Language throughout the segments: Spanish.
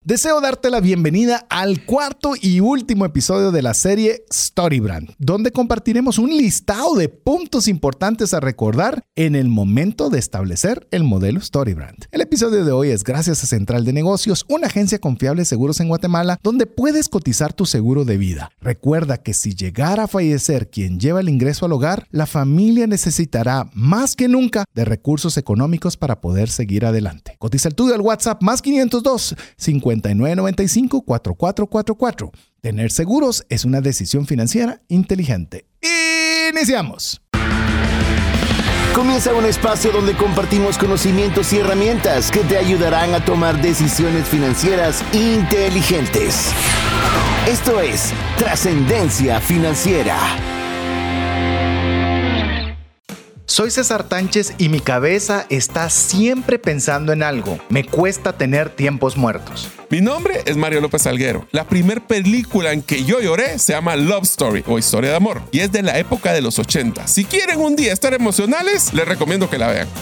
Deseo darte la bienvenida al cuarto y último episodio de la serie StoryBrand, donde compartiremos un listado de puntos importantes a recordar en el momento de establecer el modelo StoryBrand. El episodio de hoy es gracias a Central de Negocios, una agencia confiable de seguros en Guatemala, donde puedes cotizar tu seguro de vida. Recuerda que si llegara a fallecer quien lleva el ingreso al hogar, la familia necesitará más que nunca de recursos económicos para poder seguir adelante. Cotiza el tuyo al WhatsApp más 502 5995 4444. Tener seguros es una decisión financiera inteligente. ¡Iniciamos! Comienza un espacio donde compartimos conocimientos y herramientas que te ayudarán a tomar decisiones financieras inteligentes. Esto es Trascendencia Financiera. Soy César Tánchez y mi cabeza está siempre pensando en algo. Me cuesta tener tiempos muertos. Mi nombre es Mario López Alguero. La primer película en que yo lloré se llama Love Story o Historia de Amor y es de la época de los 80. Si quieren un día estar emocionales, les recomiendo que la vean.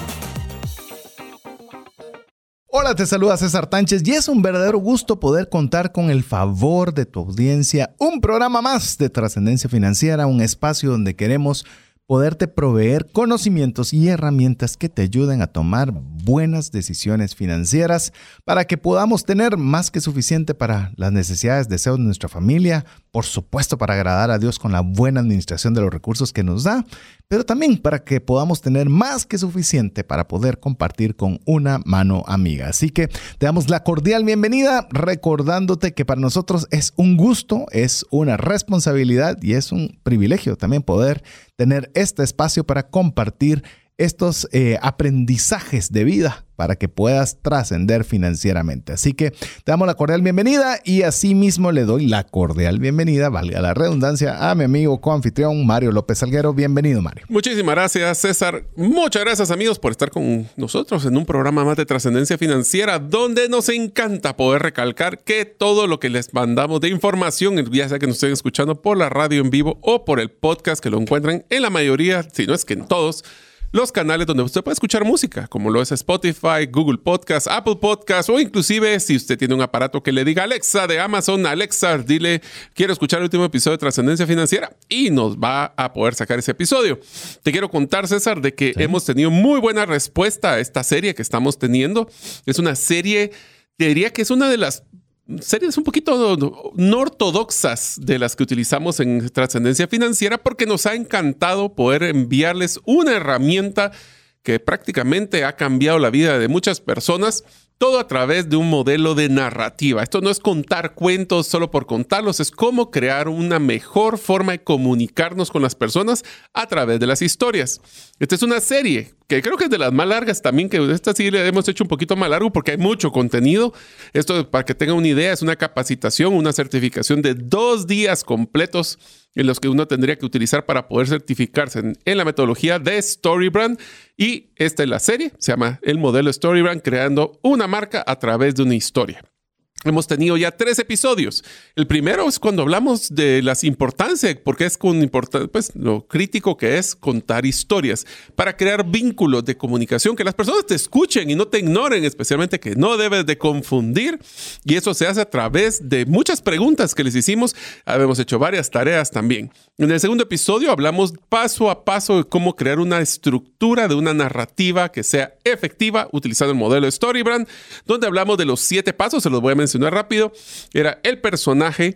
Hola, te saluda César Tánchez y es un verdadero gusto poder contar con el favor de tu audiencia. Un programa más de Trascendencia Financiera, un espacio donde queremos poderte proveer conocimientos y herramientas que te ayuden a tomar buenas decisiones financieras para que podamos tener más que suficiente para las necesidades, deseos de nuestra familia, por supuesto para agradar a Dios con la buena administración de los recursos que nos da, pero también para que podamos tener más que suficiente para poder compartir con una mano amiga. Así que te damos la cordial bienvenida recordándote que para nosotros es un gusto, es una responsabilidad y es un privilegio también poder tener este espacio para compartir estos aprendizajes de vida para que puedas trascender financieramente. Así que te damos la cordial bienvenida y asimismo le doy la cordial bienvenida, valga la redundancia, a mi amigo coanfitrión Mario López Alguero. Bienvenido, Mario. Muchísimas gracias, César. Muchas gracias, amigos, por estar con nosotros en un programa más de Trascendencia Financiera, donde nos encanta poder recalcar que todo lo que les mandamos de información, ya sea que nos estén escuchando por la radio en vivo o por el podcast, que lo encuentran en la mayoría, si no es que en todos, los canales donde usted puede escuchar música, como lo es Spotify, Google Podcast, Apple Podcast, o inclusive si usted tiene un aparato que le diga Alexa de Amazon, Alexa, dile, quiero escuchar el último episodio de Trascendencia Financiera y nos va a poder sacar ese episodio. Te quiero contar, César, de que hemos tenido muy buena respuesta a esta serie que estamos teniendo. Es una serie, te diría que es una de las series un poquito no ortodoxas de las que utilizamos en Trascendencia Financiera porque nos ha encantado poder enviarles una herramienta que prácticamente ha cambiado la vida de muchas personas, todo a través de un modelo de narrativa. Esto no es contar cuentos solo por contarlos, es cómo crear una mejor forma de comunicarnos con las personas a través de las historias. Esta es una serie que creo que es de las más largas también, que esta sí le hemos hecho un poquito más largo porque hay mucho contenido. Esto, para que tengan una idea, es una capacitación, una certificación de 2 días completos en los que uno tendría que utilizar para poder certificarse en la metodología de StoryBrand. Y esta es la serie, se llama El Modelo StoryBrand, creando una marca a través de una historia. Hemos tenido ya 3 episodios. El primero es cuando hablamos de las importancias, porque es pues, lo crítico que es contar historias para crear vínculos de comunicación, que las personas te escuchen y no te ignoren, especialmente que no debes de confundir. Y eso se hace a través de muchas preguntas que les hicimos. Hemos hecho varias tareas también. En el segundo episodio hablamos paso a paso de cómo crear una estructura de una narrativa que sea efectiva utilizando el modelo StoryBrand, donde hablamos de los 7 pasos, se los voy a mencionar rápido. Era el personaje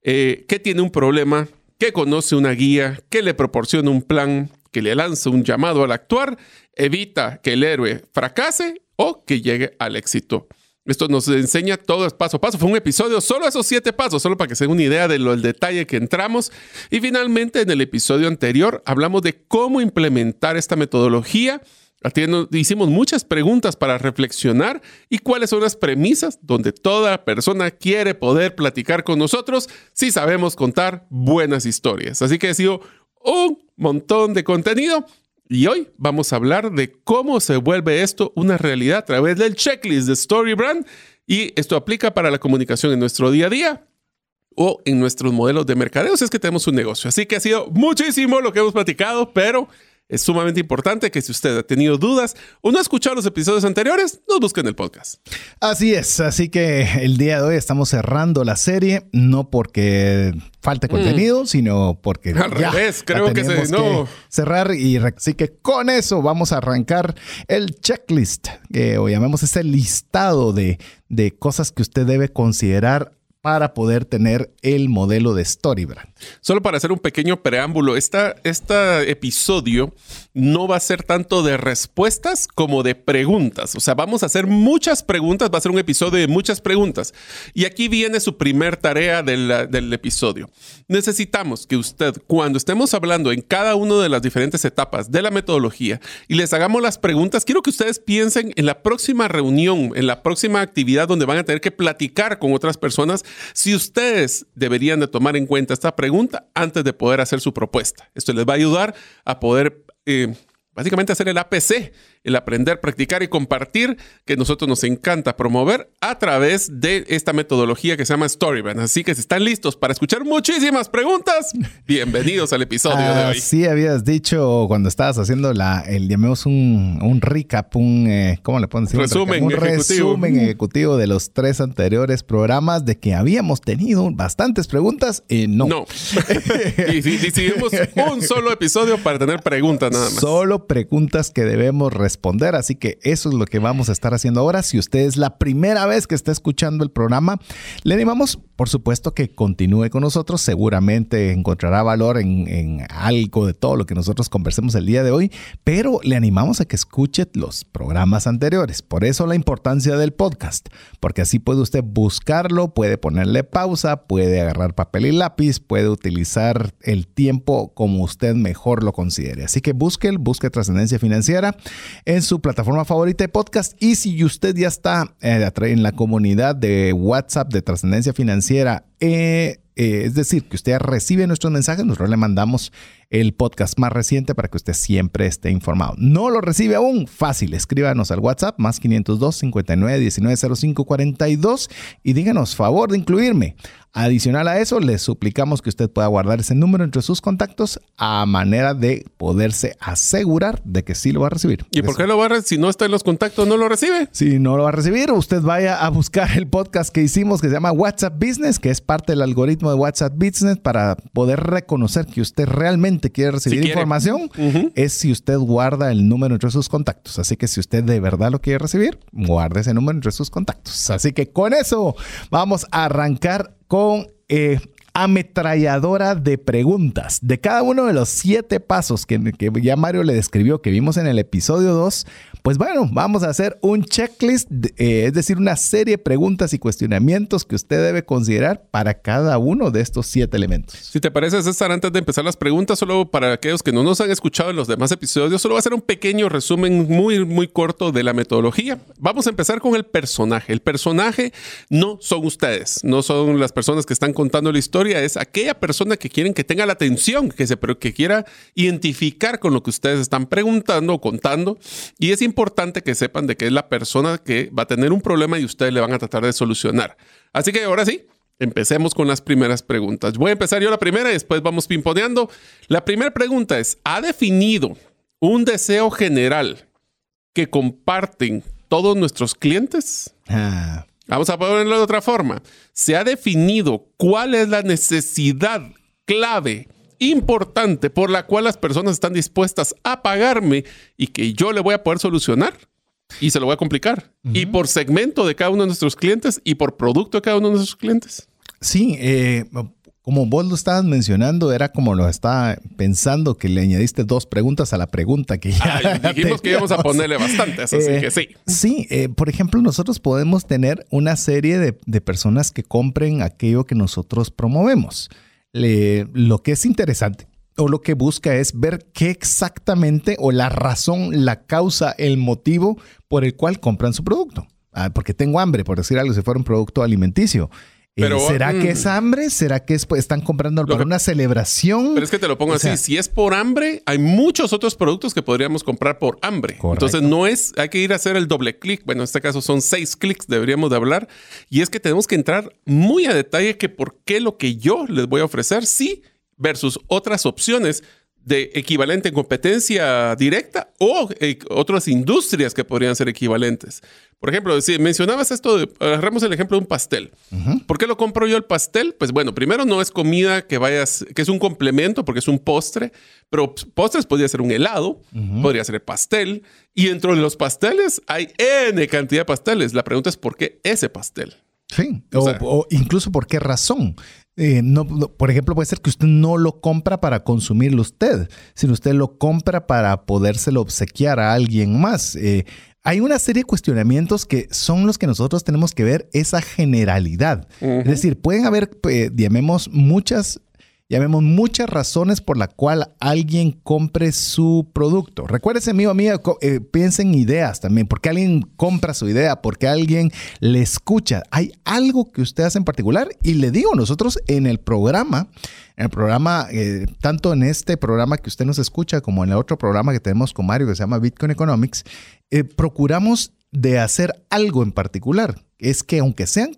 que tiene un problema, que conoce una guía, que le proporciona un plan, que le lanza un llamado al actuar, evita que el héroe fracase o que llegue al éxito. Esto nos enseña todo paso a paso. Fue un episodio, solo esos 7 pasos, solo para que se den una idea del detalle que entramos. Y finalmente, en el episodio anterior, hablamos de cómo implementar esta metodología. Hicimos muchas preguntas para reflexionar y cuáles son las premisas donde toda persona quiere poder platicar con nosotros si sabemos contar buenas historias. Así que ha sido un montón de contenido y hoy vamos a hablar de cómo se vuelve esto una realidad a través del checklist de StoryBrand, y esto aplica para la comunicación en nuestro día a día o en nuestros modelos de mercadeo si es que tenemos un negocio. Así que ha sido muchísimo lo que hemos platicado, pero Es sumamente importante que si usted ha tenido dudas o no ha escuchado los episodios anteriores, nos busque en el podcast. Así es, así que el día de hoy estamos cerrando la serie, no porque falte contenido, sino porque al revés, creo que cerrar, y así que con eso vamos a arrancar el checklist, o llamemos ese listado de cosas que usted debe considerar para poder tener el modelo de StoryBrand. Solo para hacer un pequeño preámbulo, este episodio no va a ser tanto de respuestas como de preguntas. O sea, vamos a hacer muchas preguntas, va a ser un episodio de muchas preguntas. Y aquí viene su primer tarea del episodio. Necesitamos que usted, cuando estemos hablando en cada una de las diferentes etapas de la metodología y les hagamos las preguntas, quiero que ustedes piensen en la próxima reunión, en la próxima actividad donde van a tener que platicar con otras personas, si ustedes deberían de tomar en cuenta esta pregunta antes de poder hacer su propuesta. Esto les va a ayudar a poder básicamente hacer el APC, el aprender, practicar y compartir, que a nosotros nos encanta promover a través de esta metodología que se llama StoryBrand. Así que si están listos para escuchar muchísimas preguntas, bienvenidos al episodio de hoy. Sí, habías dicho cuando estabas haciendo llamemos un recap, ¿cómo le pueden decir? Resumen ejecutivo de los 3 anteriores programas, de que habíamos tenido bastantes preguntas. No. Y decidimos un solo episodio para tener preguntas nada más. Solo preguntas que debemos responder. Así que eso es lo que vamos a estar haciendo ahora. Si usted es la primera vez que está escuchando el programa, le animamos, por supuesto, que continúe con nosotros. Seguramente encontrará valor en algo de todo lo que nosotros conversemos el día de hoy, pero le animamos a que escuche los programas anteriores. Por eso la importancia del podcast, porque así puede usted buscarlo, puede ponerle pausa, puede agarrar papel y lápiz, puede utilizar el tiempo como usted mejor lo considere. Así que busque Trascendencia Financiera en su plataforma favorita de podcast. Y si usted ya está en la comunidad de WhatsApp de Trascendencia Financiera, es decir, que usted recibe nuestros mensajes, nosotros le mandamos el podcast más reciente para que usted siempre esté informado. ¿No lo recibe aún? Fácil, escríbanos al WhatsApp más 502 59 19 05 42 y díganos favor de incluirme. Adicional a eso, le suplicamos que usted pueda guardar ese número entre sus contactos a manera de poderse asegurar de que sí lo va a recibir. ¿Y por qué lo va a recibir? Si no está en los contactos, ¿no lo recibe? Si no lo va a recibir, usted vaya a buscar el podcast que hicimos que se llama WhatsApp Business, que es parte del algoritmo de WhatsApp Business para poder reconocer que usted realmente quiere recibir información. Es si usted guarda el número entre sus contactos. Así que si usted de verdad lo quiere recibir, guarde ese número entre sus contactos. Así que con eso vamos a arrancar con ametralladora de preguntas. De cada uno de los 7 pasos que ya Mario le describió, que vimos en el episodio 2, pues bueno, vamos a hacer un checklist, es decir, una serie de preguntas y cuestionamientos que usted debe considerar para cada uno de estos 7 elementos. Si te parece, César, antes de empezar las preguntas, solo para aquellos que no nos han escuchado en los demás episodios, solo voy a hacer un pequeño resumen muy, muy corto de la metodología. Vamos a empezar con el personaje. El personaje no son ustedes, no son las personas que están contando la historia, es aquella persona que quieren que tenga la atención, que quiera identificar con lo que ustedes están preguntando o contando. Y es importante que sepan de que es la persona que va a tener un problema y ustedes le van a tratar de solucionar. Así que ahora sí, empecemos con las primeras preguntas. Voy a empezar yo la primera y después vamos pimponeando. La primera pregunta es, ¿ha definido un deseo general que comparten todos nuestros clientes? Vamos a ponerlo de otra forma. ¿Se ha definido cuál es la necesidad clave, importante, por la cual las personas están dispuestas a pagarme y que yo le voy a poder solucionar? Y se lo voy a complicar. Y por segmento de cada uno de nuestros clientes y por producto de cada uno de nuestros clientes. Sí, como vos lo estabas mencionando, era como lo estaba pensando, que le añadiste 2 preguntas a la pregunta que ya dijimos que íbamos a ponerle bastantes, así que sí. Sí, por ejemplo, nosotros podemos tener una serie de personas que compren aquello que nosotros promovemos. Lo que es interesante o lo que busca es ver qué exactamente, o la razón, la causa, el motivo por el cual compran su producto. Porque tengo hambre, por decir algo, si fuera un producto alimenticio. Pero, ¿será que es hambre? ¿Será que están comprando para una celebración? Pero es que te lo pongo así. Si es por hambre, hay muchos otros productos que podríamos comprar por hambre. Correcto. Entonces hay que ir a hacer el doble clic. Bueno, en este caso son 6 clics, deberíamos de hablar. Y es que tenemos que entrar muy a detalle que por qué lo que yo les voy a ofrecer sí versus otras opciones de equivalente en competencia directa o otras industrias que podrían ser equivalentes. Por ejemplo, si mencionabas esto, agarramos el ejemplo de un pastel. ¿Por qué lo compro yo el pastel? Pues bueno, primero no es comida que es un complemento porque es un postre, pero postres podría ser un helado, podría ser el pastel, y dentro de los pasteles hay N cantidad de pasteles. La pregunta es ¿por qué ese pastel? Sí, o incluso por qué razón. Por ejemplo, puede ser que usted no lo compra para consumirlo usted, sino usted lo compra para podérselo obsequiar a alguien más. Hay una serie de cuestionamientos que son los que nosotros tenemos que ver esa generalidad. Es decir, pueden haber, llamemos muchas razones por la cual alguien compre su producto. Recuérdese, amigo, amiga, piensa en ideas también. ¿Por qué alguien compra su idea? ¿Por qué alguien le escucha? Hay algo que usted hace en particular. Y le digo, nosotros en el programa, tanto en este programa que usted nos escucha como en el otro programa que tenemos con Mario que se llama Bitcoin Economics, procuramos de hacer algo en particular. Es que aunque sean,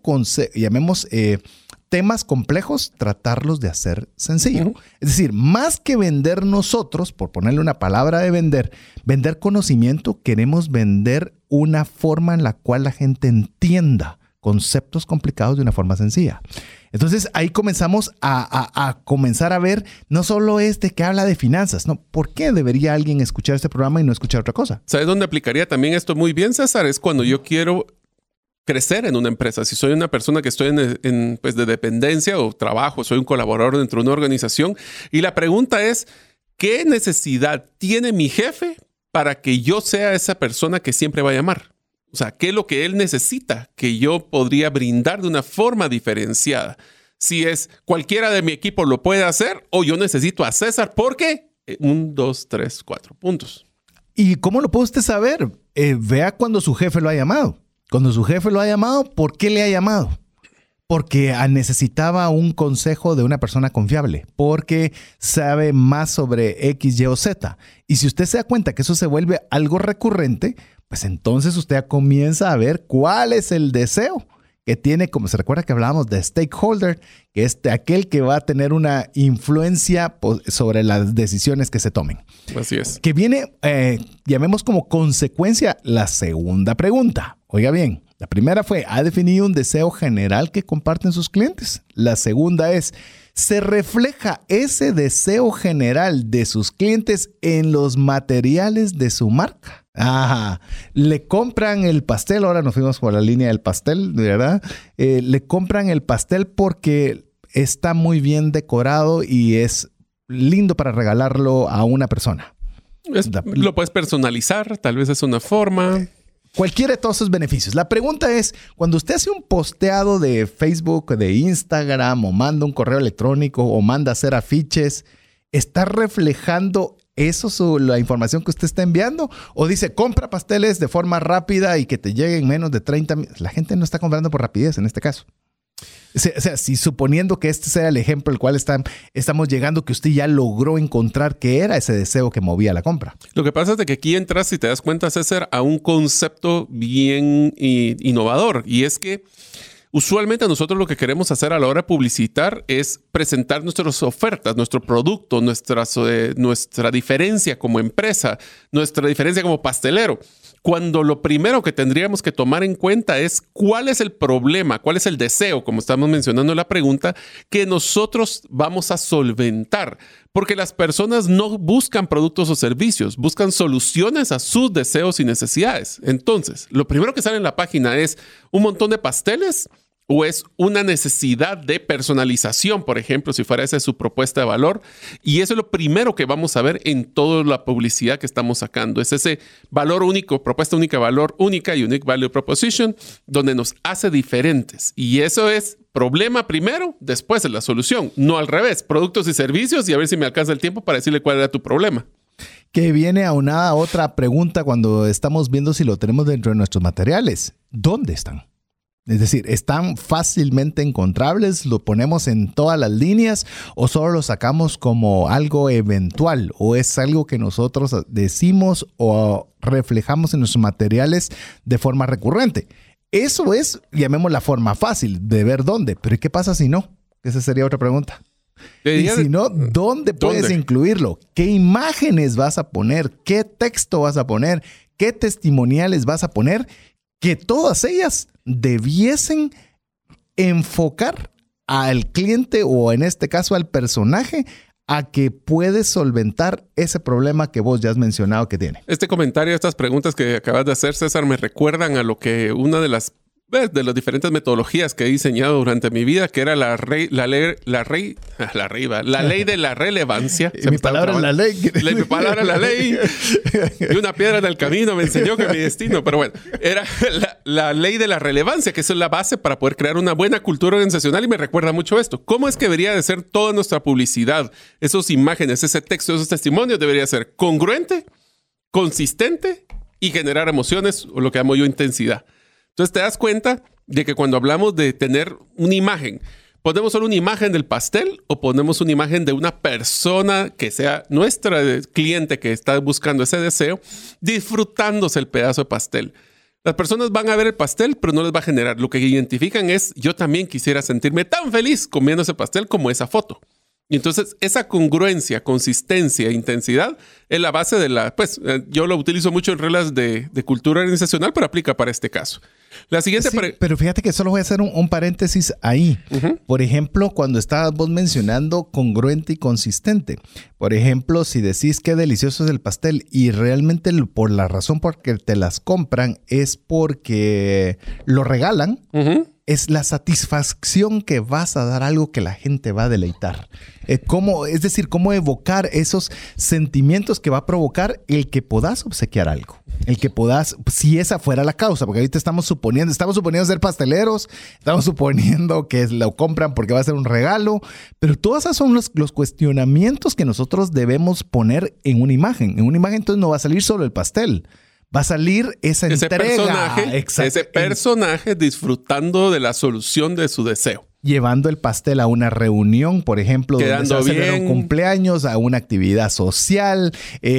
temas complejos, tratarlos de hacer sencillo. Es decir, más que vender nosotros, por ponerle una palabra de vender conocimiento, queremos vender una forma en la cual la gente entienda conceptos complicados de una forma sencilla. Entonces ahí comenzamos a comenzar a ver, no solo que habla de finanzas, no, ¿por qué debería alguien escuchar este programa y no escuchar otra cosa? ¿Sabes dónde aplicaría también esto muy bien, César? Es cuando yo quiero crecer en una empresa. Si soy una persona que estoy pues de dependencia o trabajo, soy un colaborador dentro de una organización y la pregunta es, ¿qué necesidad tiene mi jefe para que yo sea esa persona que siempre va a llamar? O sea, ¿qué es lo que él necesita que yo podría brindar de una forma diferenciada? Si es cualquiera de mi equipo lo puede hacer o yo necesito a César porque 1, 2, 3, 4 puntos. ¿Y cómo lo puede usted saber? Vea cuando su jefe lo ha llamado. Cuando su jefe lo ha llamado, ¿por qué le ha llamado? Porque necesitaba un consejo de una persona confiable, porque sabe más sobre X, Y o Z. Y si usted se da cuenta que eso se vuelve algo recurrente, pues entonces usted comienza a ver cuál es el deseo que tiene, como se recuerda que hablábamos de stakeholder, que es aquel que va a tener una influencia sobre las decisiones que se tomen. Así es. Que viene, llamemos como consecuencia, la segunda pregunta. Oiga bien, la primera fue, ¿ha definido un deseo general que comparten sus clientes? La segunda es, ¿se refleja ese deseo general de sus clientes en los materiales de su marca? Ajá. Le compran el pastel, ahora nos fuimos por la línea del pastel, ¿verdad? Le compran el pastel porque está muy bien decorado y es lindo para regalarlo a una persona. Lo puedes personalizar, tal vez es una forma. Cualquiera de todos esos beneficios. La pregunta es, cuando usted hace un posteado de Facebook, de Instagram, o manda un correo electrónico, o manda a hacer afiches, ¿está reflejando eso, la información que usted está enviando? ¿O dice, compra pasteles de forma rápida y que te lleguen en menos de 30 minutos? La gente no está comprando por rapidez en este caso. O sea, si suponiendo que este sea el ejemplo al cual estamos llegando, que usted ya logró encontrar qué era ese deseo que movía la compra. Lo que pasa es de que aquí entras, si te das cuenta, César, a un concepto bien innovador. Y es que usualmente nosotros lo que queremos hacer a la hora de publicitar es presentar nuestras ofertas, nuestro producto, nuestra diferencia como empresa, nuestra diferencia como pastelero. Cuando lo primero que tendríamos que tomar en cuenta es cuál es el problema, cuál es el deseo, como estamos mencionando en la pregunta, que nosotros vamos a solventar. Porque las personas no buscan productos o servicios, buscan soluciones a sus deseos y necesidades. Entonces, lo primero que sale en la página es un montón de pasteles o es una necesidad de personalización, por ejemplo, si fuera esa su propuesta de valor. Y eso es lo primero que vamos a ver en toda la publicidad que estamos sacando. Es ese valor único, propuesta única, valor única, Unique Value Proposition, donde nos hace diferentes. Y eso es problema primero, después es la solución. No al revés, productos y servicios, y a ver si me alcanza el tiempo para decirle cuál era tu problema. Que viene aunada a otra pregunta cuando estamos viendo si lo tenemos dentro de nuestros materiales. ¿Dónde están? Es decir, ¿están fácilmente encontrables? ¿Lo ponemos en todas las líneas o solo lo sacamos como algo eventual? ¿O es algo que nosotros decimos o reflejamos en nuestros materiales de forma recurrente? Eso es, llamemos la forma fácil de ver dónde. Pero ¿qué pasa si no? Esa sería otra pregunta. Y si no, ¿dónde puedes incluirlo? ¿Qué imágenes vas a poner? ¿Qué texto vas a poner? ¿Qué testimoniales vas a poner? Que todas ellas debiesen enfocar al cliente o en este caso al personaje a que puedes solventar ese problema que vos ya has mencionado que tiene. Este comentario, estas preguntas que acabas de hacer, César, me recuerdan a lo que una de las diferentes metodologías que he diseñado durante mi vida, que era la ley de la relevancia. Mi palabra es la ley. Mi palabra es la ley. Y una piedra en el camino me enseñó que mi destino. Pero bueno, era la ley de la relevancia, que es la base para poder crear una buena cultura organizacional, y me recuerda mucho esto. ¿Cómo es que debería de ser toda nuestra publicidad? Esas imágenes, ese texto, esos testimonios debería ser congruente, consistente y generar emociones, o lo que llamo yo intensidad. Entonces te das cuenta de que cuando hablamos de tener una imagen, ¿ponemos solo una imagen del pastel o ponemos una imagen de una persona que sea nuestra cliente que está buscando ese deseo, disfrutándose el pedazo de pastel? Las personas van a ver el pastel, pero no les va a generar. Lo que identifican es, yo también quisiera sentirme tan feliz comiendo ese pastel como esa foto. Y entonces esa congruencia, consistencia e intensidad es la base de la... Pues yo lo utilizo mucho en reglas de cultura organizacional, pero aplica para este caso. La siguiente... Sí, pero fíjate que solo voy a hacer un paréntesis ahí. Por ejemplo, cuando estabas vos mencionando congruente y consistente. Por ejemplo, si decís qué delicioso es el pastel y realmente por la razón por que te las compran es porque lo regalan, es la satisfacción que vas a dar algo que la gente va a deleitar. Cómo evocar esos sentimientos que va a provocar el que podás obsequiar algo. El que podás, si esa fuera la causa, porque ahorita estamos suponiendo ser pasteleros, estamos suponiendo que lo compran porque va a ser un regalo, pero todos esos son los cuestionamientos que nosotros debemos poner en una imagen. En una imagen entonces no va a salir solo el pastel. Va a salir esa entrega. Ese personaje disfrutando de la solución de su deseo. Llevando el pastel a una reunión, por ejemplo, quedando donde se va a celebrar un cumpleaños, a una actividad social,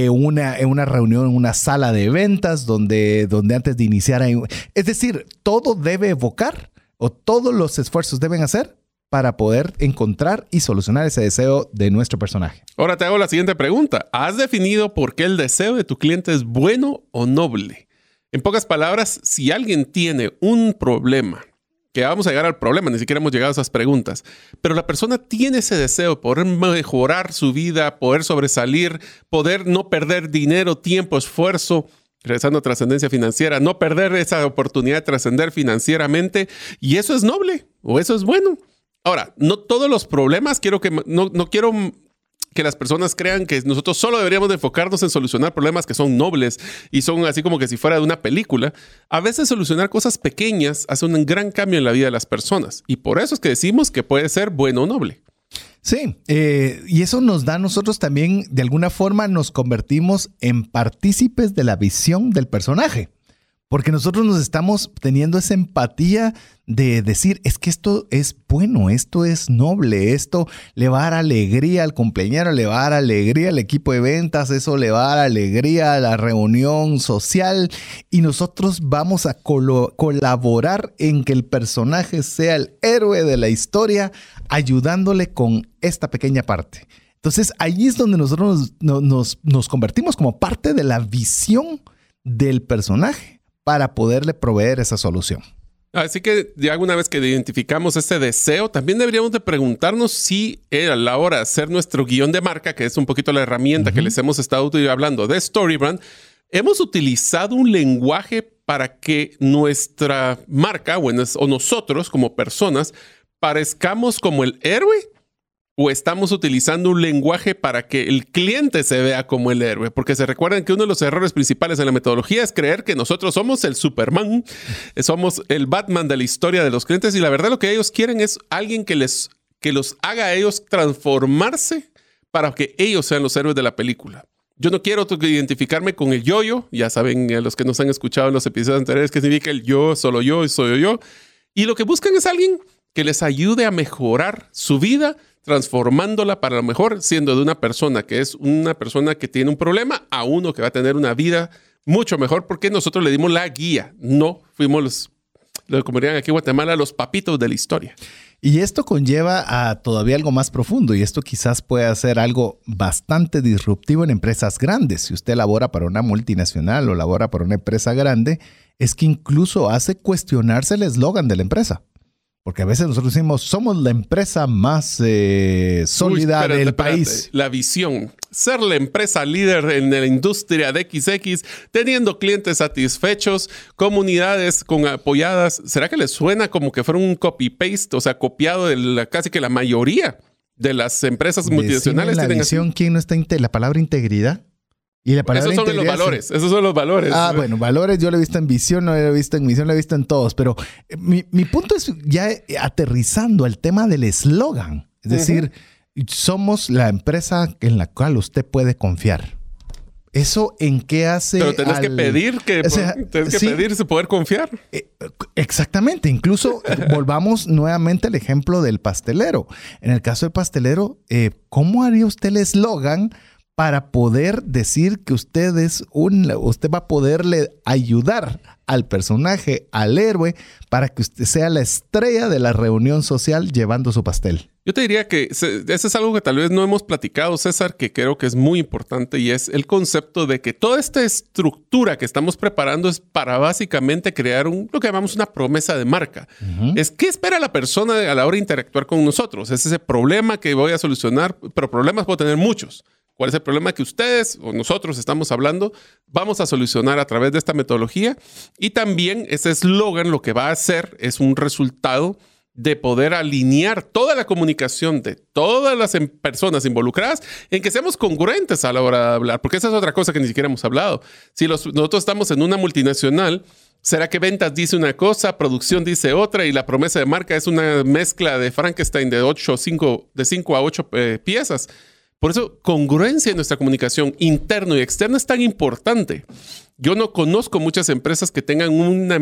una reunión en una sala de ventas donde antes de iniciar es decir, todo debe evocar o todos los esfuerzos deben hacer para poder encontrar y solucionar ese deseo de nuestro personaje. Ahora te hago la siguiente pregunta. ¿Has definido por qué el deseo de tu cliente es bueno o noble? En pocas palabras, si alguien tiene un problema, que vamos a llegar al problema, ni siquiera hemos llegado a esas preguntas, pero la persona tiene ese deseo de poder mejorar su vida, poder sobresalir, poder no perder dinero, tiempo, esfuerzo, regresando a trascendencia financiera, no perder esa oportunidad de trascender financieramente, y eso es noble o eso es bueno. Ahora, no todos los problemas, no quiero que las personas crean que nosotros solo deberíamos de enfocarnos en solucionar problemas que son nobles y son así como que si fuera de una película. A veces solucionar cosas pequeñas hace un gran cambio en la vida de las personas, y por eso es que decimos que puede ser bueno o noble. Sí, y eso nos da a nosotros también, de alguna forma nos convertimos en partícipes de la visión del personaje. Porque nosotros nos estamos teniendo esa empatía de decir, es que esto es bueno, esto es noble, esto le va a dar alegría al cumpleañero, le va a dar alegría al equipo de ventas, eso le va a dar alegría a la reunión social, y nosotros vamos a colaborar en que el personaje sea el héroe de la historia, ayudándole con esta pequeña parte. Entonces ahí es donde nosotros nos convertimos como parte de la visión del personaje, para poderle proveer esa solución. Así que ya una vez que identificamos ese deseo, también deberíamos de preguntarnos si a la hora de hacer nuestro guión de marca, que es un poquito la herramienta que les hemos estado hablando de StoryBrand, hemos utilizado un lenguaje para que nuestra marca o nosotros como personas parezcamos como el héroe, o estamos utilizando un lenguaje para que el cliente se vea como el héroe. Porque se recuerdan que uno de los errores principales en la metodología es creer que nosotros somos el Superman, somos el Batman de la historia de los clientes, y la verdad lo que ellos quieren es alguien que los haga a ellos transformarse para que ellos sean los héroes de la película. Yo no quiero identificarme con el yo-yo. Ya saben, a los que nos han escuchado en los episodios anteriores, que significa el yo, solo yo y soy yo. Y lo que buscan es alguien que les ayude a mejorar su vida, transformándola para lo mejor, siendo de una persona que es una persona que tiene un problema a uno que va a tener una vida mucho mejor, porque nosotros le dimos la guía. No fuimos como dirían aquí en Guatemala, los papitos de la historia. Y esto conlleva a todavía algo más profundo, y esto quizás pueda ser algo bastante disruptivo en empresas grandes. Si usted labora para una multinacional o labora para una empresa grande, es que incluso hace cuestionarse el eslogan de la empresa. Porque a veces nosotros decimos, somos la empresa más sólida del país. La visión, ser la empresa líder en la industria de XX, teniendo clientes satisfechos, comunidades apoyadas. ¿Será que les suena como que fuera un copy-paste, o sea, copiado de casi que la mayoría de las empresas multinacionales? La visión, ¿quién no está la palabra integridad? Y la palabra esos son los valores. Esos son los valores. Bueno, valores yo lo he visto en visión, no lo he visto en misión, lo he visto en todos. Pero mi punto es ya aterrizando al tema del eslogan. Es decir, somos la empresa en la cual usted puede confiar. ¿Eso en qué hace? Pero tenés que pedir pedirse poder confiar. Exactamente. Incluso volvamos nuevamente al ejemplo del pastelero. En el caso del pastelero, ¿cómo haría usted el eslogan para poder decir que usted va a poderle ayudar al personaje, al héroe, para que usted sea la estrella de la reunión social llevando su pastel? Yo te diría que eso es algo que tal vez no hemos platicado, César, que creo que es muy importante, y es el concepto de que toda esta estructura que estamos preparando es para básicamente crear lo que llamamos una promesa de marca. Es qué espera la persona a la hora de interactuar con nosotros. Es ese problema que voy a solucionar, pero problemas puedo tener muchos. ¿Cuál es el problema que ustedes o nosotros estamos hablando? Vamos a solucionar a través de esta metodología. Y también ese eslogan lo que va a hacer es un resultado de poder alinear toda la comunicación de todas las personas involucradas en que seamos congruentes a la hora de hablar. Porque esa es otra cosa que ni siquiera hemos hablado. Si nosotros estamos en una multinacional, ¿será que ventas dice una cosa, producción dice otra, y la promesa de marca es una mezcla de Frankenstein de 5 a 8 piezas? Por eso, congruencia en nuestra comunicación interna y externa es tan importante. Yo no conozco muchas empresas que tengan una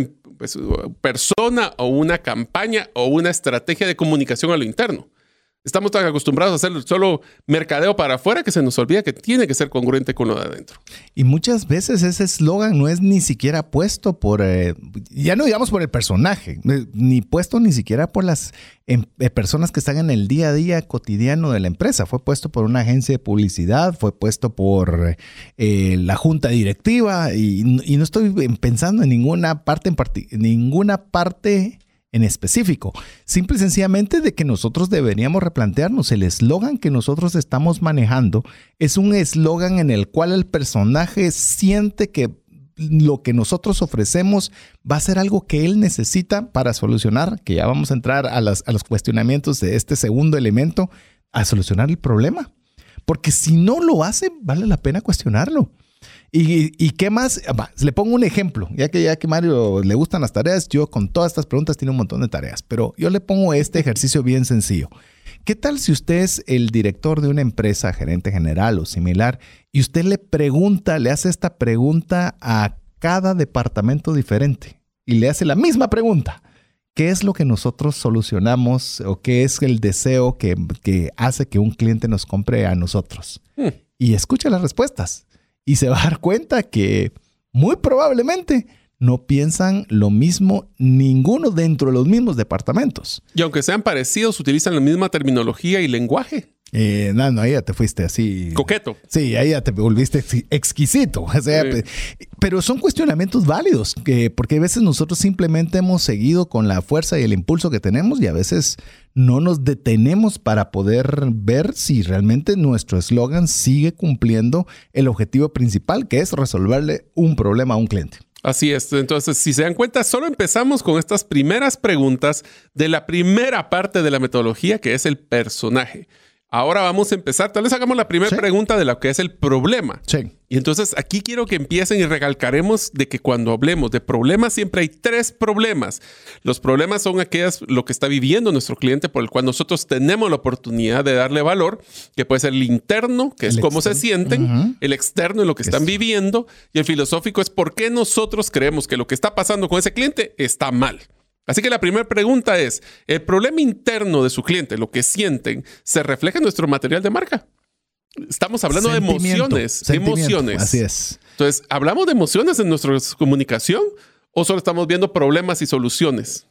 persona o una campaña o una estrategia de comunicación a lo interno. Estamos tan acostumbrados a hacer solo mercadeo para afuera que se nos olvida que tiene que ser congruente con lo de adentro. Y muchas veces ese eslogan no es ni siquiera puesto por, ya no digamos por el personaje, ni puesto ni siquiera por las personas que están en el día a día cotidiano de la empresa. Fue puesto por una agencia de publicidad, fue puesto por la junta directiva, y no estoy pensando en ninguna parte en específico. Simple y sencillamente de que nosotros deberíamos replantearnos el eslogan que nosotros estamos manejando. Es un eslogan en el cual el personaje siente que lo que nosotros ofrecemos va a ser algo que él necesita para solucionar, que ya vamos a entrar a los cuestionamientos de este segundo elemento, a solucionar el problema. Porque si no lo hace, vale la pena cuestionarlo. ¿Y qué más? Le pongo un ejemplo. Ya que Mario le gustan las tareas, yo con todas estas preguntas tiene un montón de tareas. Pero yo le pongo este ejercicio bien sencillo. ¿Qué tal si usted es el director de una empresa, gerente general o similar, y usted le hace esta pregunta a cada departamento diferente y le hace la misma pregunta? ¿Qué es lo que nosotros solucionamos o qué es el deseo que hace que un cliente nos compre a nosotros? Y escucha las respuestas. Y se va a dar cuenta que muy probablemente no piensan lo mismo ninguno dentro de los mismos departamentos. Y aunque sean parecidos, utilizan la misma terminología y lenguaje. No, ahí ya te fuiste así. Coqueto. Sí, ahí ya te volviste exquisito. O sea, pero son cuestionamientos válidos, porque a veces nosotros simplemente hemos seguido con la fuerza y el impulso que tenemos y a veces no nos detenemos para poder ver si realmente nuestro eslogan sigue cumpliendo el objetivo principal, que es resolverle un problema a un cliente. Así es. Entonces, si se dan cuenta, solo empezamos con estas primeras preguntas de la primera parte de la metodología, que es el personaje. Ahora vamos a empezar. Tal vez hagamos la primera pregunta de lo que es el problema. Sí. Y entonces aquí quiero que empiecen y recalcaremos de que cuando hablemos de problemas siempre hay 3 problemas. Los problemas son lo que está viviendo nuestro cliente, por el cual nosotros tenemos la oportunidad de darle valor, que puede ser el interno, que es cómo se sienten, el externo, lo que están viviendo, y el filosófico es por qué nosotros creemos que lo que está pasando con ese cliente está mal. Así que la primera pregunta es, ¿el problema interno de su cliente, lo que sienten, se refleja en nuestro material de marca? Estamos hablando de emociones. Así es. Entonces, ¿hablamos de emociones en nuestra comunicación o solo estamos viendo problemas y soluciones?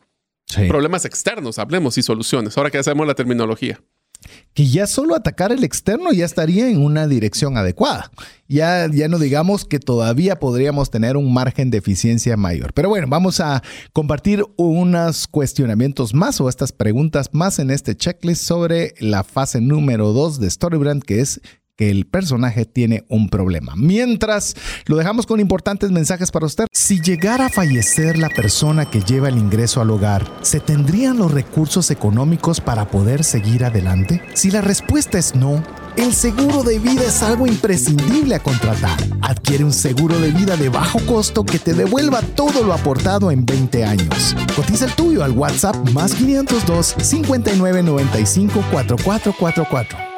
Sí. Problemas externos, hablemos, y soluciones. Ahora que hacemos la terminología. Que ya solo atacar el externo ya estaría en una dirección adecuada. Ya no digamos que todavía podríamos tener un margen de eficiencia mayor. Pero bueno, vamos a compartir unos cuestionamientos más o estas preguntas más en este checklist sobre la fase número 2 de StoryBrand, que es que el personaje tiene un problema. Mientras, lo dejamos con importantes mensajes para usted. Si llegara a fallecer la persona que lleva el ingreso al hogar, ¿se tendrían los recursos económicos para poder seguir adelante? Si la respuesta es no, el seguro de vida es algo imprescindible a contratar. Adquiere un seguro de vida de bajo costo que te devuelva todo lo aportado en 20 años. Cotiza el tuyo al WhatsApp +502 5995 4444.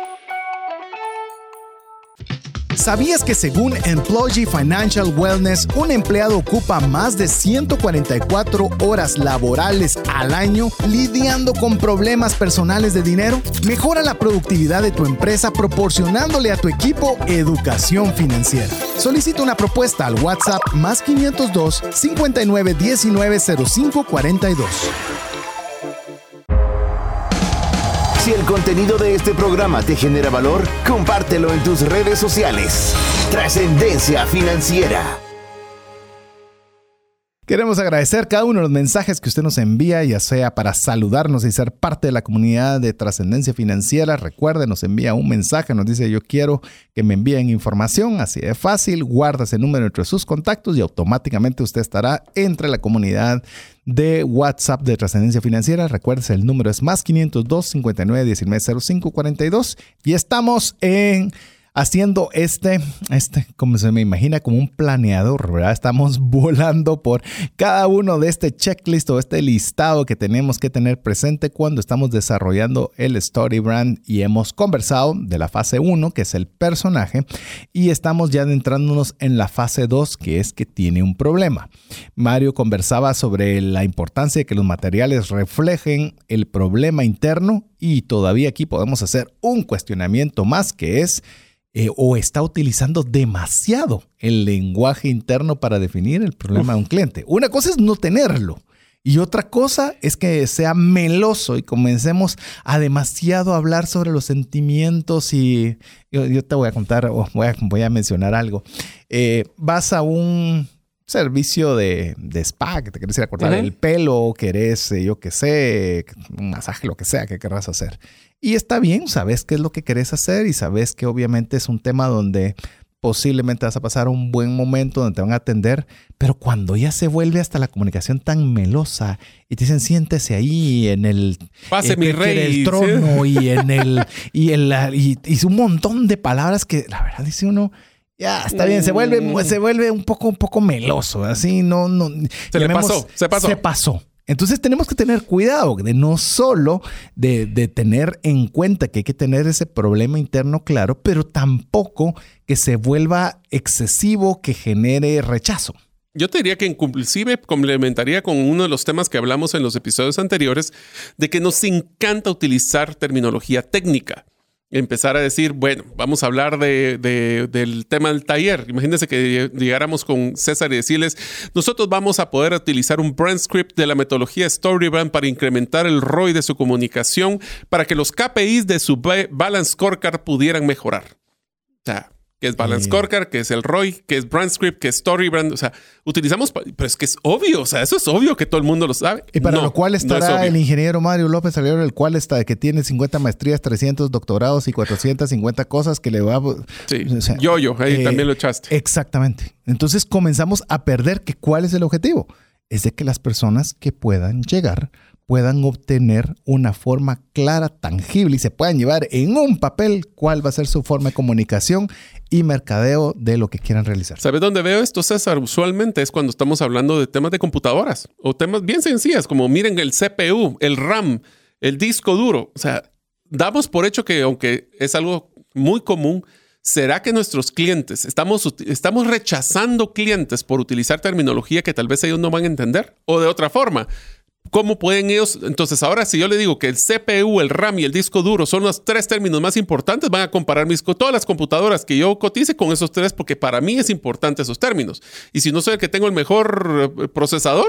¿Sabías que según Employee Financial Wellness, un empleado ocupa más de 144 horas laborales al año lidiando con problemas personales de dinero? Mejora la productividad de tu empresa proporcionándole a tu equipo educación financiera. Solicita una propuesta al WhatsApp +502 5919 0542. Si el contenido de este programa te genera valor, compártelo en tus redes sociales. Trascendencia Financiera. Queremos agradecer cada uno de los mensajes que usted nos envía, ya sea para saludarnos y ser parte de la comunidad de Trascendencia Financiera. Recuerde, nos envía un mensaje, nos dice: yo quiero que me envíen información, así de fácil. Guarda ese número entre sus contactos y automáticamente usted estará entre la comunidad de WhatsApp de Trascendencia Financiera. Recuerde, el número es +502 5919 0542 y estamos haciendo como se me imagina, como un planeador, ¿verdad? Estamos volando por cada uno de este checklist o este listado que tenemos que tener presente cuando estamos desarrollando el StoryBrand, y hemos conversado de la fase 1, que es el personaje, y estamos ya adentrándonos en la fase 2, que es que tiene un problema. Mario conversaba sobre la importancia de que los materiales reflejen el problema interno, y todavía aquí podemos hacer un cuestionamiento más, que es o está utilizando demasiado el lenguaje interno para definir el problema de un cliente. Una cosa es no tenerlo y otra cosa es que sea meloso y comencemos a demasiado hablar sobre los sentimientos. Y yo te voy a contar, o voy a mencionar algo. Vas a un servicio de spa, que te quieres ir a cortar el pelo, querés, yo qué sé, un masaje, lo que sea que querrás hacer. Y está bien, sabes qué es lo que querés hacer y sabes que obviamente es un tema donde posiblemente vas a pasar un buen momento, donde te van a atender, pero cuando ya se vuelve hasta la comunicación tan melosa y te dicen: siéntese ahí en el mi rey, el trono, ¿sí? y un montón de palabras que la verdad dice uno: ya, está bien, se vuelve un poco meloso, así se pasó. Entonces tenemos que tener cuidado de no solo de tener en cuenta que hay que tener ese problema interno claro, pero tampoco que se vuelva excesivo, que genere rechazo. Yo te diría que inclusive complementaría con uno de los temas que hablamos en los episodios anteriores, de que nos encanta utilizar terminología técnica. Empezar a decir, bueno, vamos a hablar del tema del taller. Imagínense que llegáramos con César y decirles: nosotros vamos a poder utilizar un brand script de la metodología StoryBrand para incrementar el ROI de su comunicación, para que los KPIs de su Balance Scorecard pudieran mejorar. O sea, ¿qué es Balance Scorecard? ¿Qué es el ROI? ¿Qué es Brand Script? ¿Qué es StoryBrand? O sea, utilizamos, pero es que es obvio, o sea, eso es obvio que todo el mundo lo sabe. Y para lo cual estará el ingeniero Mario López Aliero, el cual que tiene 50 maestrías, 300 doctorados y 450 cosas que le va a... Sí, o sea, ahí también lo echaste. Exactamente. Entonces comenzamos a perder que ¿cuál es el objetivo? Es de que las personas que puedan llegar puedan obtener una forma clara, tangible, y se puedan llevar en un papel cuál va a ser su forma de comunicación y mercadeo de lo que quieran realizar. ¿Sabes dónde veo esto, César? Usualmente es cuando estamos hablando de temas de computadoras o temas bien sencillas, como miren el CPU, el RAM, el disco duro. O sea, damos por hecho que, aunque es algo muy común, ¿será que nuestros clientes, estamos rechazando clientes por utilizar terminología que tal vez ellos no van a entender? O de otra forma, ¿cómo pueden ellos? Entonces, ahora si yo le digo que el CPU, el RAM y el disco duro son los 3 términos más importantes, van a comparar todas las computadoras que yo cotice con esos 3, porque para mí es importante esos términos. Y si no soy el que tengo el mejor procesador,